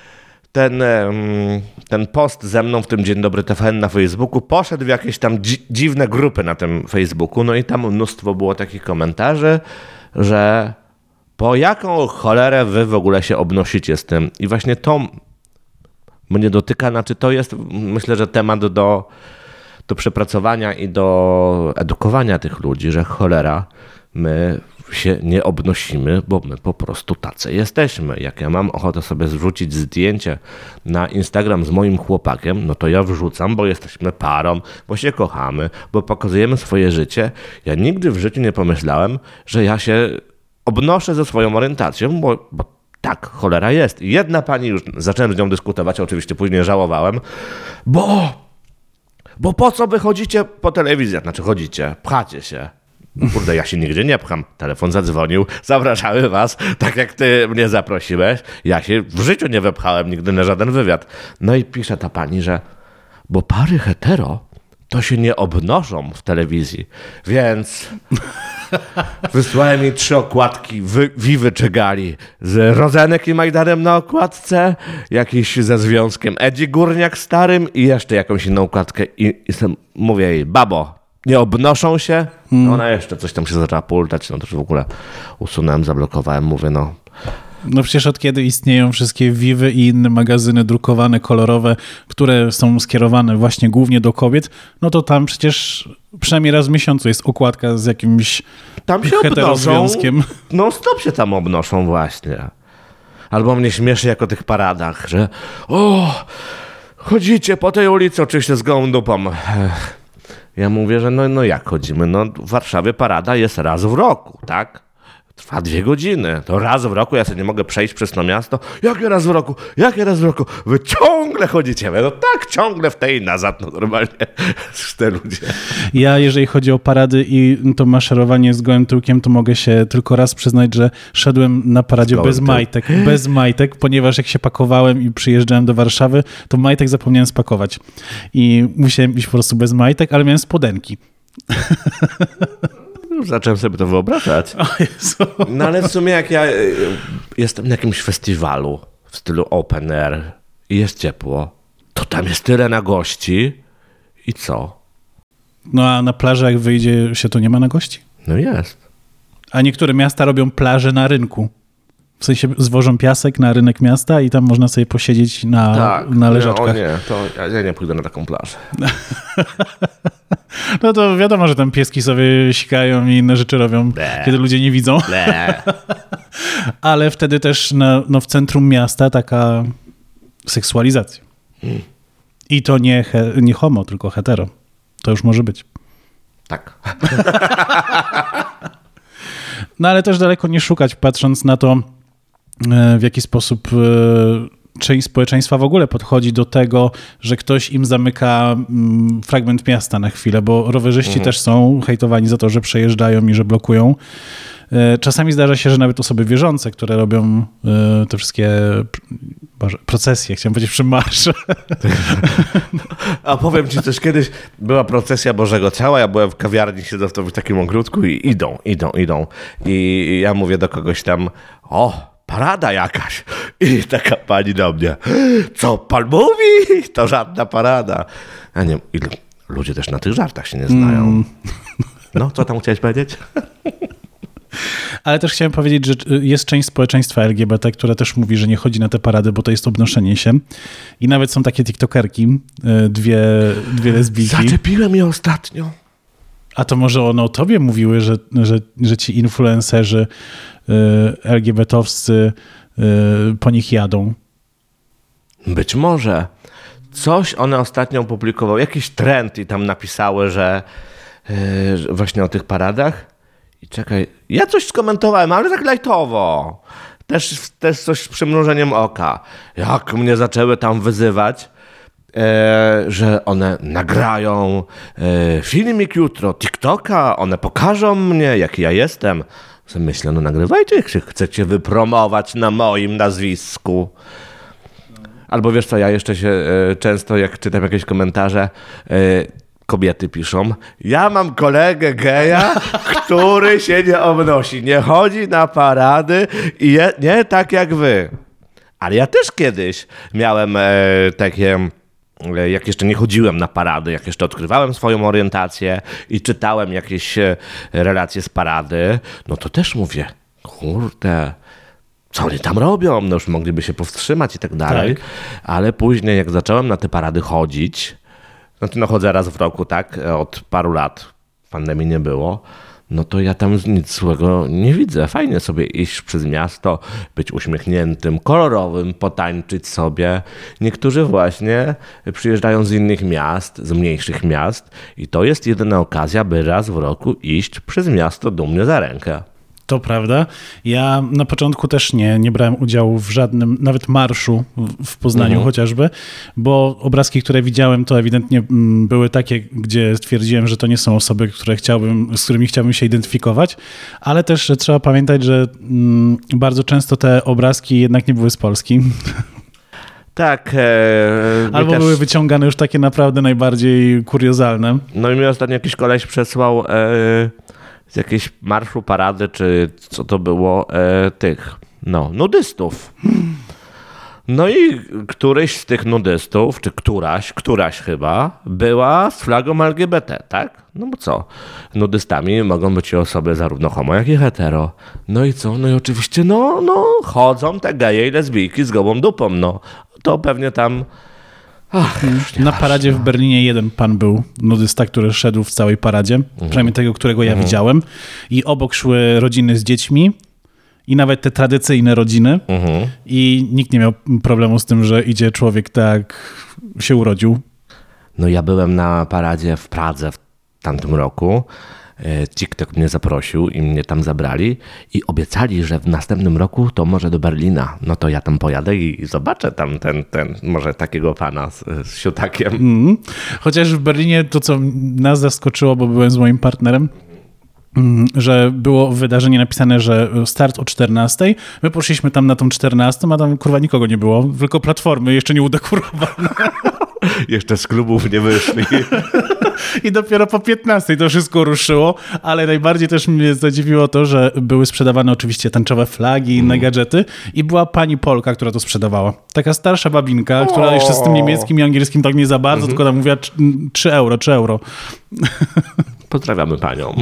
C: ten post ze mną w tym Dzień Dobry TVN na Facebooku poszedł w jakieś tam dziwne grupy na tym Facebooku, no i tam mnóstwo było takich komentarzy, że po jaką cholerę wy w ogóle się obnosicie z tym. I właśnie to mnie dotyka, znaczy to jest, myślę, że temat do przepracowania i do edukowania tych ludzi, że cholera, my się nie obnosimy, bo my po prostu tacy jesteśmy. Jak ja mam ochotę sobie zrzucić zdjęcie na Instagram z moim chłopakiem, no to ja wrzucam, bo jesteśmy parą, bo się kochamy, bo pokazujemy swoje życie. Ja nigdy w życiu nie pomyślałem, że ja się obnoszę ze swoją orientacją, bo tak, cholera jest. Jedna pani, już zacząłem z nią dyskutować, oczywiście później żałowałem, bo po co wychodzicie po telewizji? Znaczy chodzicie, pchacie się. Kurde, ja się nigdzie nie pcham. Telefon zadzwonił, zapraszamy was, tak jak ty mnie zaprosiłeś. Ja się w życiu nie wepchałem nigdy na żaden wywiad. No i pisze ta pani, że bo pary hetero to się nie obnoszą w telewizji. Więc wysłałem jej 3 okładki Wiwy czy Gali z Rozenek i Majdanem na okładce, jakiś ze związkiem Edzi Górniak starym i jeszcze jakąś inną okładkę. I mówię jej, babo, nie obnoszą się? Ona jeszcze coś tam się zaczęła pultać, no to już w ogóle usunąłem, zablokowałem, mówię, no.
B: No przecież od kiedy istnieją wszystkie Vivy i inne magazyny drukowane, kolorowe, które są skierowane właśnie głównie do kobiet, no to tam przecież przynajmniej raz w miesiącu jest okładka z jakimś
C: tam się
B: heterozwiązkiem.
C: No stop się tam obnoszą właśnie. Albo mnie śmieszy jak o tych paradach, że chodzicie po tej ulicy oczywiście z gołą dupą. Ja mówię, że no jak chodzimy? No w Warszawie parada jest raz w roku, tak? Trwa 2 godziny. To raz w roku ja sobie nie mogę przejść przez to miasto. Jakie raz w roku? Wy ciągle chodzicie. No tak, ciągle w tej i nazad. No normalnie te ludzie.
B: Ja, jeżeli chodzi o parady i to maszerowanie z gołym tyłkiem, to mogę się tylko raz przyznać, że szedłem na paradzie bez majtek, ponieważ jak się pakowałem i przyjeżdżałem do Warszawy, to majtek zapomniałem spakować. I musiałem iść po prostu bez majtek, ale miałem spodenki.
C: Zacząłem sobie to wyobrażać.
B: O Jezu.
C: No ale w sumie jak ja jestem na jakimś festiwalu w stylu open air i jest ciepło, to tam jest tyle na gości i co?
B: No a na plaży jak wyjdzie się, to nie ma na gości?
C: No jest.
B: A niektóre miasta robią plaże na rynku. W sensie zwożą piasek na rynek miasta i tam można sobie posiedzieć na leżaczkach.
C: Nie, to ja nie pójdę na taką plażę.
B: No to wiadomo, że tam pieski sobie sikają i inne rzeczy robią, kiedy ludzie nie widzą. Ale wtedy też w centrum miasta taka seksualizacja. I to nie homo, tylko hetero. To już może być.
C: Tak.
B: No ale też daleko nie szukać, patrząc na to, w jaki sposób część społeczeństwa w ogóle podchodzi do tego, że ktoś im zamyka fragment miasta na chwilę, bo rowerzyści też są hejtowani za to, że przejeżdżają i że blokują. Czasami zdarza się, że nawet osoby wierzące, które robią te wszystkie procesje, chciałem powiedzieć przemarsze.
C: A powiem ci coś, kiedyś była procesja Bożego Ciała, ja byłem w kawiarni, siedzę w takim ogródku i idą. I ja mówię do kogoś tam, parada jakaś. I taka pani do mnie, co pan mówi? To żadna parada. Ja nie wiem, ludzie też na tych żartach się nie znają. No, co tam chciałeś powiedzieć?
B: Ale też chciałem powiedzieć, że jest część społeczeństwa LGBT, która też mówi, że nie chodzi na te parady, bo to jest obnoszenie się. I nawet są takie tiktokerki, dwie lesbijki.
C: Zaczepiłem je ostatnio.
B: A to może one o tobie mówiły, że ci influencerzy LGBT-owscy po nich jadą?
C: Być może. Coś one ostatnio opublikowały, jakiś trend i tam napisały, że właśnie o tych paradach. I czekaj, ja coś skomentowałem, ale tak lajtowo. Też coś z przymrużeniem oka. Jak mnie zaczęły tam wyzywać, że one nagrają filmik jutro, TikToka, one pokażą mnie, jaki ja jestem. Myślę, no nagrywajcie, jak się chcecie wypromować na moim nazwisku. Albo wiesz co, ja jeszcze się często, jak czytam jakieś komentarze, kobiety piszą, ja mam kolegę geja, który się nie obnosi, nie chodzi na parady i nie tak jak wy. Ale ja też kiedyś miałem takie, jak jeszcze nie chodziłem na parady, jak jeszcze odkrywałem swoją orientację i czytałem jakieś relacje z parady, no to też mówię, kurde, co oni tam robią? No już mogliby się powstrzymać i tak dalej. Tak. Ale później, jak zacząłem na te parady chodzić, no chodzę raz w roku, tak, od paru lat, pandemii nie było, no to ja tam nic złego nie widzę. Fajnie sobie iść przez miasto, być uśmiechniętym, kolorowym, potańczyć sobie. Niektórzy właśnie przyjeżdżają z innych miast, z mniejszych miast i to jest jedyna okazja, by raz w roku iść przez miasto dumnie za rękę.
B: To prawda. Ja na początku też nie brałem udziału w żadnym, nawet marszu w Poznaniu chociażby, bo obrazki, które widziałem, to ewidentnie były takie, gdzie stwierdziłem, że to nie są osoby, z którymi chciałbym się identyfikować, ale też trzeba pamiętać, że bardzo często te obrazki jednak nie były z Polski.
C: Tak.
B: Albo były wyciągane już takie naprawdę najbardziej kuriozalne.
C: No i mi ostatnio jakiś koleś przesłał z jakiejś marszu, parady, czy co to było, nudystów. No i któryś z tych nudystów, czy któraś chyba, była z flagą LGBT, tak? No bo co? Nudystami mogą być osoby zarówno homo, jak i hetero. No i co? No i oczywiście, chodzą te geje i lesbijki z gołą dupą, no. To pewnie tam...
B: Na paradzie w Berlinie jeden pan był nudysta, który szedł w całej paradzie, przynajmniej tego, którego ja widziałem. I obok szły rodziny z dziećmi i nawet te tradycyjne rodziny. I nikt nie miał problemu z tym, że idzie człowiek tak się urodził.
C: No ja byłem na paradzie w Pradze w tamtym roku. TikTok mnie zaprosił i mnie tam zabrali i obiecali, że w następnym roku to może do Berlina. No to ja tam pojadę i zobaczę tam ten może takiego pana z siutakiem.
B: Chociaż w Berlinie to, co nas zaskoczyło, bo byłem z moim partnerem, że było wydarzenie napisane, że start o 14:00. My poszliśmy tam na tą 14:00, a tam kurwa nikogo nie było, tylko platformy jeszcze nie udekorowane.
C: Jeszcze z klubów nie wyszli.
B: I dopiero po 15:00 to wszystko ruszyło, ale najbardziej też mnie zadziwiło to, że były sprzedawane oczywiście tęczowe flagi i inne gadżety i była pani Polka, która to sprzedawała. Taka starsza babinka, która jeszcze z tym niemieckim i angielskim tak nie za bardzo, tylko tam mówiła 3 euro.
C: Pozdrawiamy panią.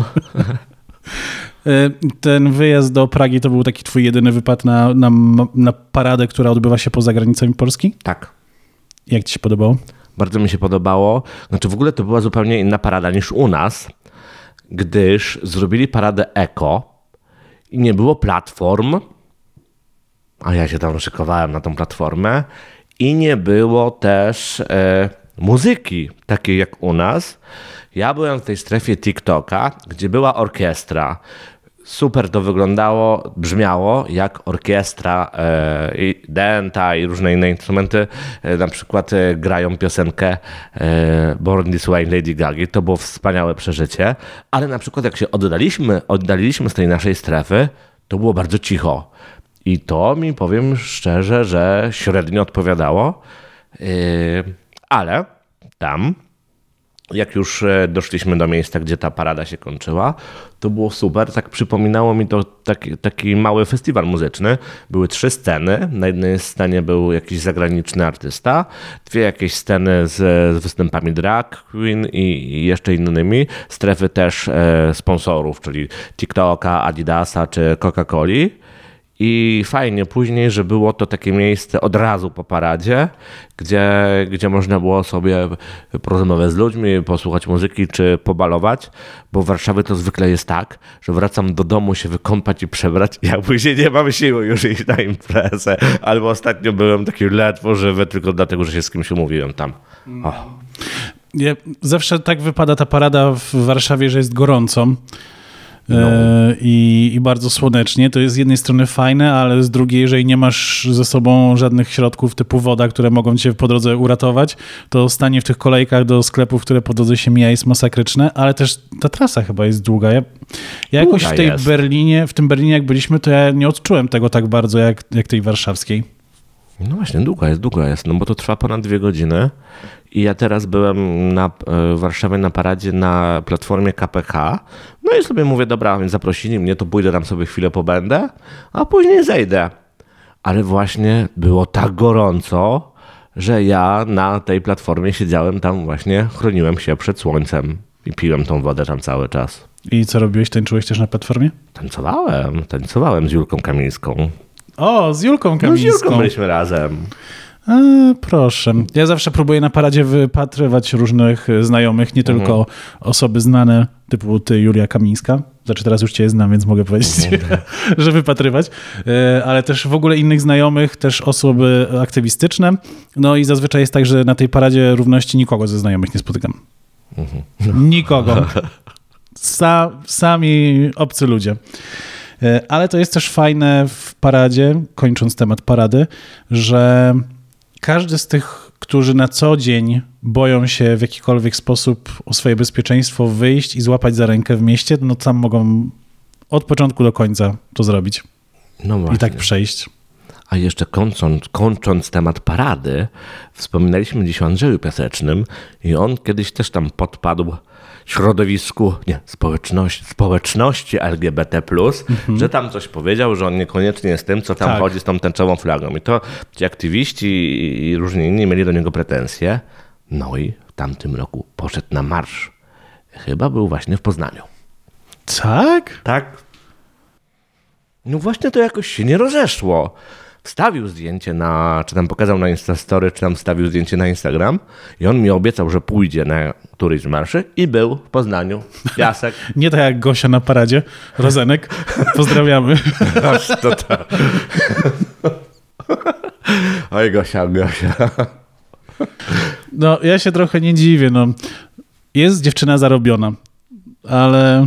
B: Ten wyjazd do Pragi to był taki twój jedyny wypad na paradę, która odbywa się poza granicami Polski?
C: Tak.
B: Jak ci się podobało?
C: Bardzo mi się podobało. Znaczy w ogóle to była zupełnie inna parada niż u nas, gdyż zrobili paradę eko i nie było platform, a ja się tam szykowałem na tą platformę i nie było też muzyki takiej jak u nas. Ja byłem w tej strefie TikToka, gdzie była orkiestra. Super to wyglądało, brzmiało jak orkiestra i dęta i różne inne instrumenty. Na przykład grają piosenkę Born This Way Lady Gagi. To było wspaniałe przeżycie. Ale na przykład jak się oddaliliśmy z tej naszej strefy, to było bardzo cicho. I to mi, powiem szczerze, że średnio odpowiadało. Ale tam... Jak już doszliśmy do miejsca, gdzie ta parada się kończyła, to było super. Tak przypominało mi to taki mały festiwal muzyczny. Były 3 sceny. Na jednej scenie był jakiś zagraniczny artysta, 2 jakieś sceny z występami drag queen i jeszcze innymi. Strefy też sponsorów, czyli TikToka, Adidasa czy Coca-Coli. I fajnie później, że było to takie miejsce od razu po paradzie, gdzie można było sobie porozmawiać z ludźmi, posłuchać muzyki czy pobalować, bo w Warszawie to zwykle jest tak, że wracam do domu się wykąpać i przebrać, ja później nie mam siły już iść na imprezę. Albo ostatnio byłem taki ledwo żywy tylko dlatego, że się z kimś umówiłem tam.
B: Zawsze tak wypada ta parada w Warszawie, że jest gorąco. I bardzo słonecznie. To jest z jednej strony fajne, ale z drugiej, jeżeli nie masz ze sobą żadnych środków typu woda, które mogą cię po drodze uratować, to stanie w tych kolejkach do sklepów, które po drodze się mija, jest masakryczne, ale też ta trasa chyba jest długa. Ja jakoś w tym Berlinie jak byliśmy, to ja nie odczułem tego tak bardzo jak tej warszawskiej.
C: No właśnie, długa jest, no bo to trwa ponad 2 godziny i ja teraz byłem w Warszawie na paradzie na platformie KPH, no i sobie mówię, dobra, więc zaprosili mnie, to pójdę tam sobie chwilę pobędę, a później zejdę. Ale właśnie było tak gorąco, że ja na tej platformie siedziałem tam właśnie, chroniłem się przed słońcem i piłem tą wodę tam cały czas.
B: I co robiłeś? Tańczyłeś też na platformie?
C: Tańcowałem z Julką Kamińską.
B: O, z Julką Kamińską.
C: No z Julką byliśmy razem.
B: Proszę. Ja zawsze próbuję na paradzie wypatrywać różnych znajomych, nie tylko osoby znane, typu ty, Julia Kamińska. Znaczy teraz już cię znam, więc mogę powiedzieć, że wypatrywać. Ale też w ogóle innych znajomych, też osoby aktywistyczne. No i zazwyczaj jest tak, że na tej paradzie równości nikogo ze znajomych nie spotykam. Nikogo. Sami obcy ludzie. Ale to jest też fajne w paradzie, kończąc temat parady, że każdy z tych, którzy na co dzień boją się w jakikolwiek sposób o swoje bezpieczeństwo wyjść i złapać za rękę w mieście, no tam mogą od początku do końca to zrobić.
C: No właśnie.
B: I tak przejść.
C: A jeszcze kończąc temat parady, wspominaliśmy dziś o Andrzeju Piasecznym i on kiedyś też tam podpadł środowisku, społeczności LGBT+, że tam coś powiedział, że on niekoniecznie jest tym, co tam chodzi z tą tęczową flagą. I to ci aktywiści i różni inni mieli do niego pretensje. No i w tamtym roku poszedł na marsz. Chyba był właśnie w Poznaniu.
B: Tak?
C: Tak. No właśnie to jakoś się nie rozeszło. Wstawił zdjęcie czy tam pokazał na Instastory, czy tam wstawił zdjęcie na Instagram i on mi obiecał, że pójdzie na któryś z marszy i był w Poznaniu. Piasek.
B: Nie tak jak Gosia na paradzie. Rozenek. Pozdrawiamy.
C: Oj, Gosia.
B: No, ja się trochę nie dziwię. No. Jest dziewczyna zarobiona, ale...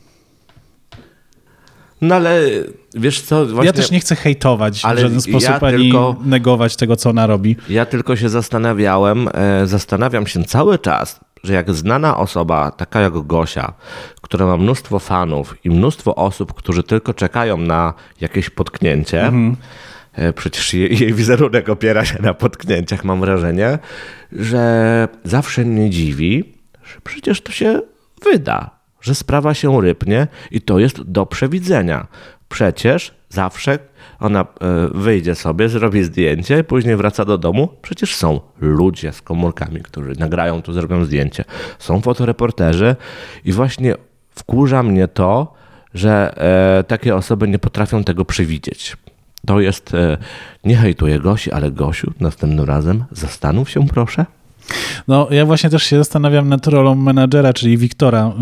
C: No ale wiesz co... Właśnie,
B: ja też nie chcę hejtować w żaden sposób, ani negować tego, co ona robi.
C: Ja tylko się zastanawiam się cały czas, że jak znana osoba, taka jak Gosia, która ma mnóstwo fanów i mnóstwo osób, którzy tylko czekają na jakieś potknięcie, przecież jej wizerunek opiera się na potknięciach, mam wrażenie, że zawsze mnie dziwi, że przecież to się wyda, że sprawa się rypnie i to jest do przewidzenia. Przecież zawsze ona wyjdzie sobie, zrobi zdjęcie, później wraca do domu. Przecież są ludzie z komórkami, którzy nagrają to, zrobią zdjęcie. Są fotoreporterzy i właśnie wkurza mnie to, że takie osoby nie potrafią tego przewidzieć. To jest, nie hejtuję Gosi, ale Gosiu, następnym razem zastanów się proszę.
B: No, ja właśnie też się zastanawiam nad rolą menadżera, czyli Wiktora,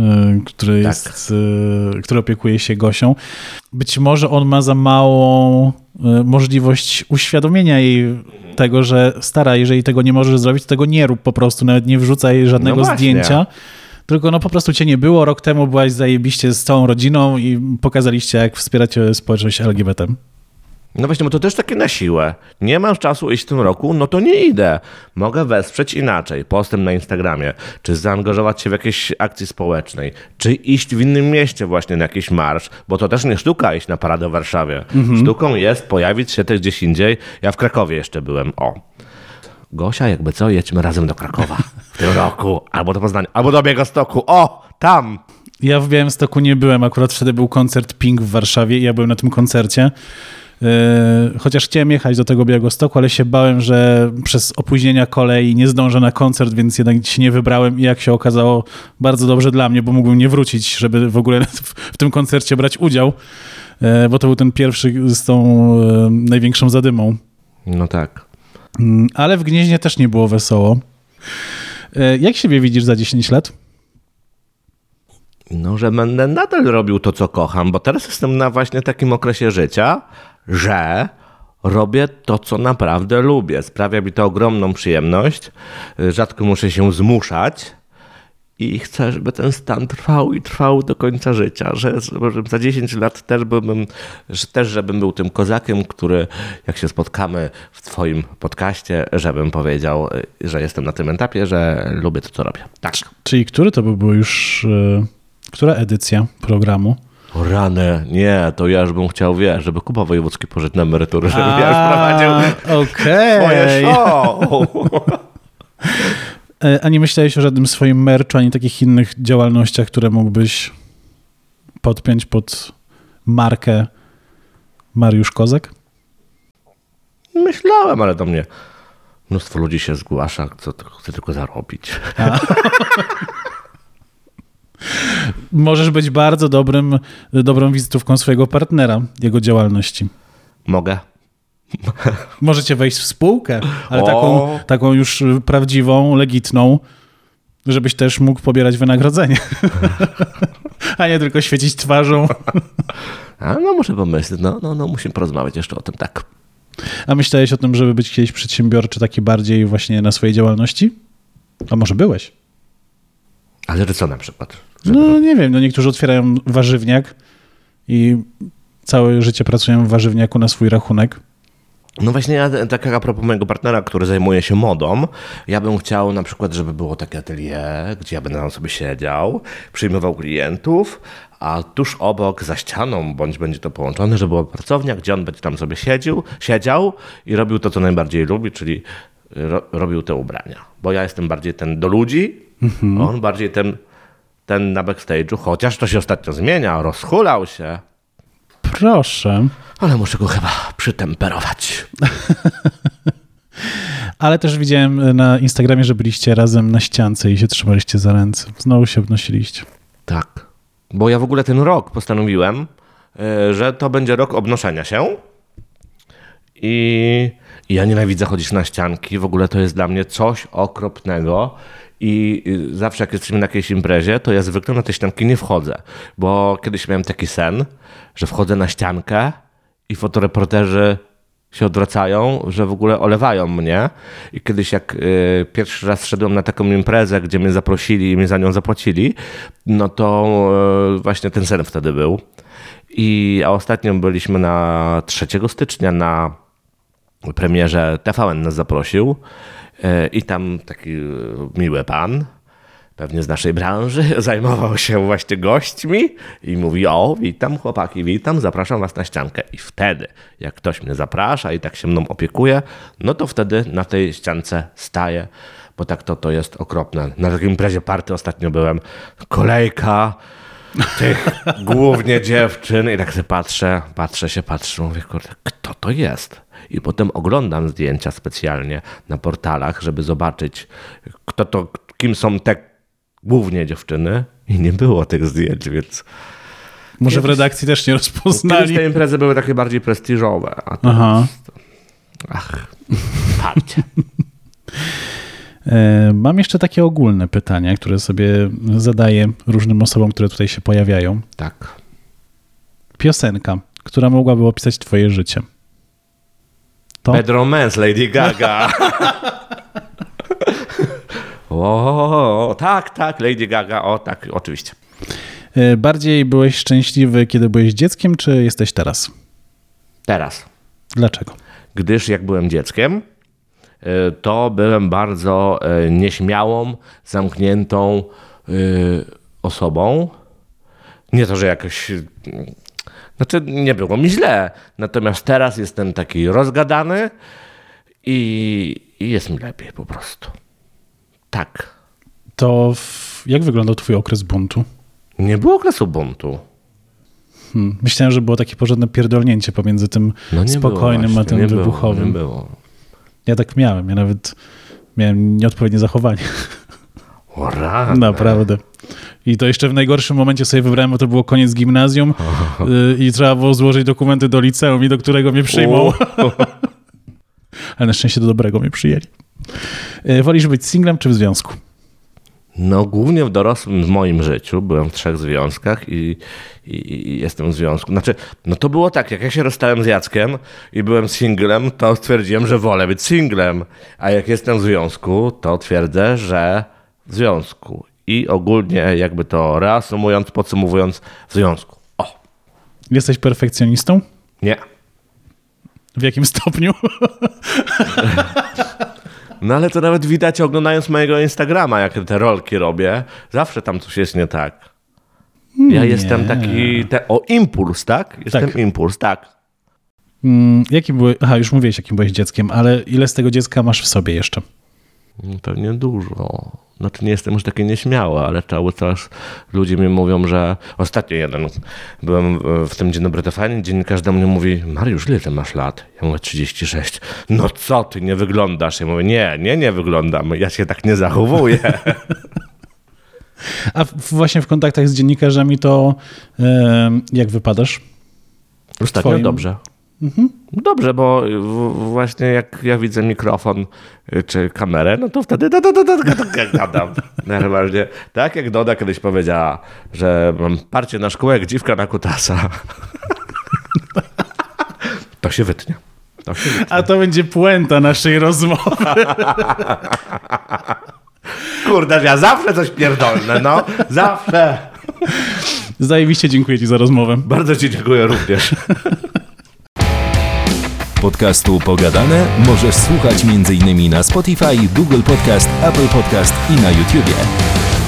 B: który opiekuje się Gosią. Być może on ma za małą możliwość uświadomienia jej tego, że stara, jeżeli tego nie możesz zrobić, to tego nie rób po prostu, nawet nie wrzucaj żadnego zdjęcia. Tylko po prostu cię nie było, rok temu byłaś zajebiście z całą rodziną i pokazaliście, jak wspieracie społeczność LGBT.
C: No właśnie, bo to też takie na siłę. Nie mam czasu iść w tym roku, no to nie idę. Mogę wesprzeć inaczej, postem na Instagramie, czy zaangażować się w jakiejś akcji społecznej, czy iść w innym mieście właśnie na jakiś marsz, bo to też nie sztuka iść na paradę w Warszawie. Sztuką jest pojawić się też gdzieś indziej. Ja w Krakowie jeszcze byłem, Gosia, jakby co, jedźmy razem do Krakowa w tym roku, albo do Poznania, albo do Białegostoku, tam!
B: Ja w Białymstoku nie byłem, akurat wtedy był koncert Pink w Warszawie i ja byłem na tym koncercie. Chociaż chciałem jechać do tego Białegostoku, ale się bałem, że przez opóźnienia kolei nie zdążę na koncert, więc jednak się nie wybrałem i jak się okazało, bardzo dobrze dla mnie, bo mógłbym nie wrócić, żeby w ogóle w tym koncercie brać udział. Bo to był ten pierwszy z tą największą zadymą.
C: No tak.
B: Ale w Gnieźnie też nie było wesoło. Jak siebie widzisz za 10 lat?
C: No, że będę nadal robił to, co kocham, bo teraz jestem na właśnie takim okresie życia, że robię to, co naprawdę lubię. Sprawia mi to ogromną przyjemność. Rzadko muszę się zmuszać i chcę, żeby ten stan trwał i trwał do końca życia, że za 10 lat żebym był tym kozakiem, który jak się spotkamy w twoim podcaście, żebym powiedział, że jestem na tym etapie, że lubię to, co robię. Tak.
B: Czyli który to by był już... Która edycja programu?
C: O rany, nie, to ja już bym chciał, żeby Kuba Wojewódzki poszedł na emeryturę, żeby ja już prowadził swoje show.
B: A nie myślałeś o żadnym swoim merchu, ani takich innych działalnościach, które mógłbyś podpiąć pod markę Mariusz Kozak?
C: Myślałem, ale do mnie mnóstwo ludzi się zgłasza, co chce tylko zarobić.
B: Możesz być bardzo dobrą wizytówką swojego partnera, jego działalności.
C: Mogę.
B: Możecie wejść w spółkę, ale taką już prawdziwą, legitną, żebyś też mógł pobierać wynagrodzenie. A nie tylko świecić twarzą.
C: No muszę pomyśleć, no musimy porozmawiać jeszcze o tym, tak.
B: A myślałeś o tym, żeby być kiedyś przedsiębiorczy taki bardziej właśnie na swojej działalności? A może byłeś?
C: Ale co na przykład?
B: No nie wiem, niektórzy otwierają warzywniak i całe życie pracują w warzywniaku na swój rachunek.
C: No właśnie, ja tak a propos mojego partnera, który zajmuje się modą, ja bym chciał na przykład, żeby było takie atelier, gdzie ja będę tam sobie siedział, przyjmował klientów, a tuż obok, za ścianą, bądź będzie to połączone, żeby była pracownia, gdzie on będzie tam sobie siedział i robił to, co najbardziej lubi, czyli robił te ubrania. Bo ja jestem bardziej ten do ludzi, a on bardziej ten na backstage'u, chociaż to się ostatnio zmienia, rozhulał się.
B: Proszę.
C: Ale muszę go chyba przytemperować.
B: Ale też widziałem na Instagramie, że byliście razem na ściance i się trzymaliście za ręce. Znowu się obnosiliście.
C: Tak. Bo ja w ogóle ten rok postanowiłem, że to będzie rok obnoszenia się. I ja nienawidzę chodzić na ścianki. W ogóle to jest dla mnie coś okropnego. I zawsze jak jesteśmy na jakiejś imprezie, to ja zwykle na te ścianki nie wchodzę. Bo kiedyś miałem taki sen, że wchodzę na ściankę i fotoreporterzy się odwracają, że w ogóle olewają mnie. I kiedyś jak pierwszy raz szedłem na taką imprezę, gdzie mnie zaprosili i mnie za nią zapłacili, no to właśnie ten sen wtedy był. A ostatnio byliśmy na 3 stycznia na premierze, TVN nas zaprosił i tam taki miły pan, pewnie z naszej branży, zajmował się właśnie gośćmi i mówi: o, witam chłopaki, witam, zapraszam was na ściankę. I wtedy, jak ktoś mnie zaprasza i tak się mną opiekuje, no to wtedy na tej ściance staję, bo tak to jest okropne. Na takiej imprezie party ostatnio byłem, kolejka tych głównie dziewczyn i tak sobie patrzę, mówię, kurde, kto to jest? I potem oglądam zdjęcia specjalnie na portalach, żeby zobaczyć, kim są te głównie dziewczyny i nie było tych zdjęć, więc...
B: Może w redakcji też nie rozpoznali.
C: Kiedyś te imprezy były takie bardziej prestiżowe, a teraz... parcie.
B: Mam jeszcze takie ogólne pytania, które sobie zadaję różnym osobom, które tutaj się pojawiają.
C: Tak.
B: Piosenka, która mogłaby opisać twoje życie. To?
C: Bad Romance, Lady Gaga. Tak, Lady Gaga, tak, oczywiście.
B: Bardziej byłeś szczęśliwy, kiedy byłeś dzieckiem, czy jesteś teraz?
C: Teraz.
B: Dlaczego?
C: Gdyż jak byłem dzieckiem, to byłem bardzo nieśmiałą, zamkniętą osobą. Nie to, że jakoś... Znaczy, nie było mi źle. Natomiast teraz jestem taki rozgadany i jest mi lepiej po prostu. Tak.
B: To jak wyglądał twój okres buntu?
C: Nie było okresu buntu.
B: Myślałem, że było takie porządne pierdolnięcie pomiędzy tym spokojnym a tym wybuchowym.
C: Nie było.
B: Ja tak miałem. Ja nawet miałem nieodpowiednie zachowanie.
C: O rany.
B: Naprawdę. I to jeszcze w najgorszym momencie sobie wybrałem, bo to było koniec gimnazjum i trzeba było złożyć dokumenty do liceum i do którego mnie przyjmą. Ale na szczęście do dobrego mnie przyjęli. Wolisz być singlem czy w związku?
C: No głównie w dorosłym w moim życiu byłem w 3 związkach i jestem w związku. Znaczy, no to było tak, jak ja się rozstałem z Jackiem i byłem singlem, to stwierdziłem, że wolę być singlem. A jak jestem w związku, to twierdzę, że w związku. I ogólnie jakby to reasumując, podsumowując, w związku. O!
B: Jesteś perfekcjonistą?
C: Nie.
B: W jakim stopniu?
C: No ale to nawet widać oglądając mojego Instagrama, jak te rolki robię. Zawsze tam coś jest nie tak. Ja jestem taki... impuls, tak? Jestem impuls, tak.
B: Już mówiłeś, jakim byłeś dzieckiem, ale ile z tego dziecka masz w sobie jeszcze?
C: Pewnie dużo. Znaczy nie jestem już taki nieśmiały, ale cały czas ludzie mi mówią, że... Ostatnio byłem w tym Dzień Dobry TVN, dziennikarz do mnie mówi: Mariusz, ile ty masz lat? Ja mówię 36. No co ty, nie wyglądasz? Ja mówię, nie wyglądam, ja się tak nie zachowuję.
B: A właśnie w kontaktach z dziennikarzami to jak wypadasz?
C: Ostatnio dobrze. Dobrze, bo właśnie jak ja widzę mikrofon czy kamerę, no to wtedy gadam. Normalnie. Tak jak Doda kiedyś powiedziała, że mam parcie na szkółę jak dziwka na kutasa. To się wytnie.
B: A to będzie puenta naszej rozmowy.
C: Kurde, ja zawsze coś pierdolnę, no. Zawsze.
B: Zajebiście dziękuję ci za rozmowę.
C: Bardzo ci dziękuję również.
A: Podcastu Pogadane możesz słuchać m.in. na Spotify, Google Podcast, Apple Podcast i na YouTubie.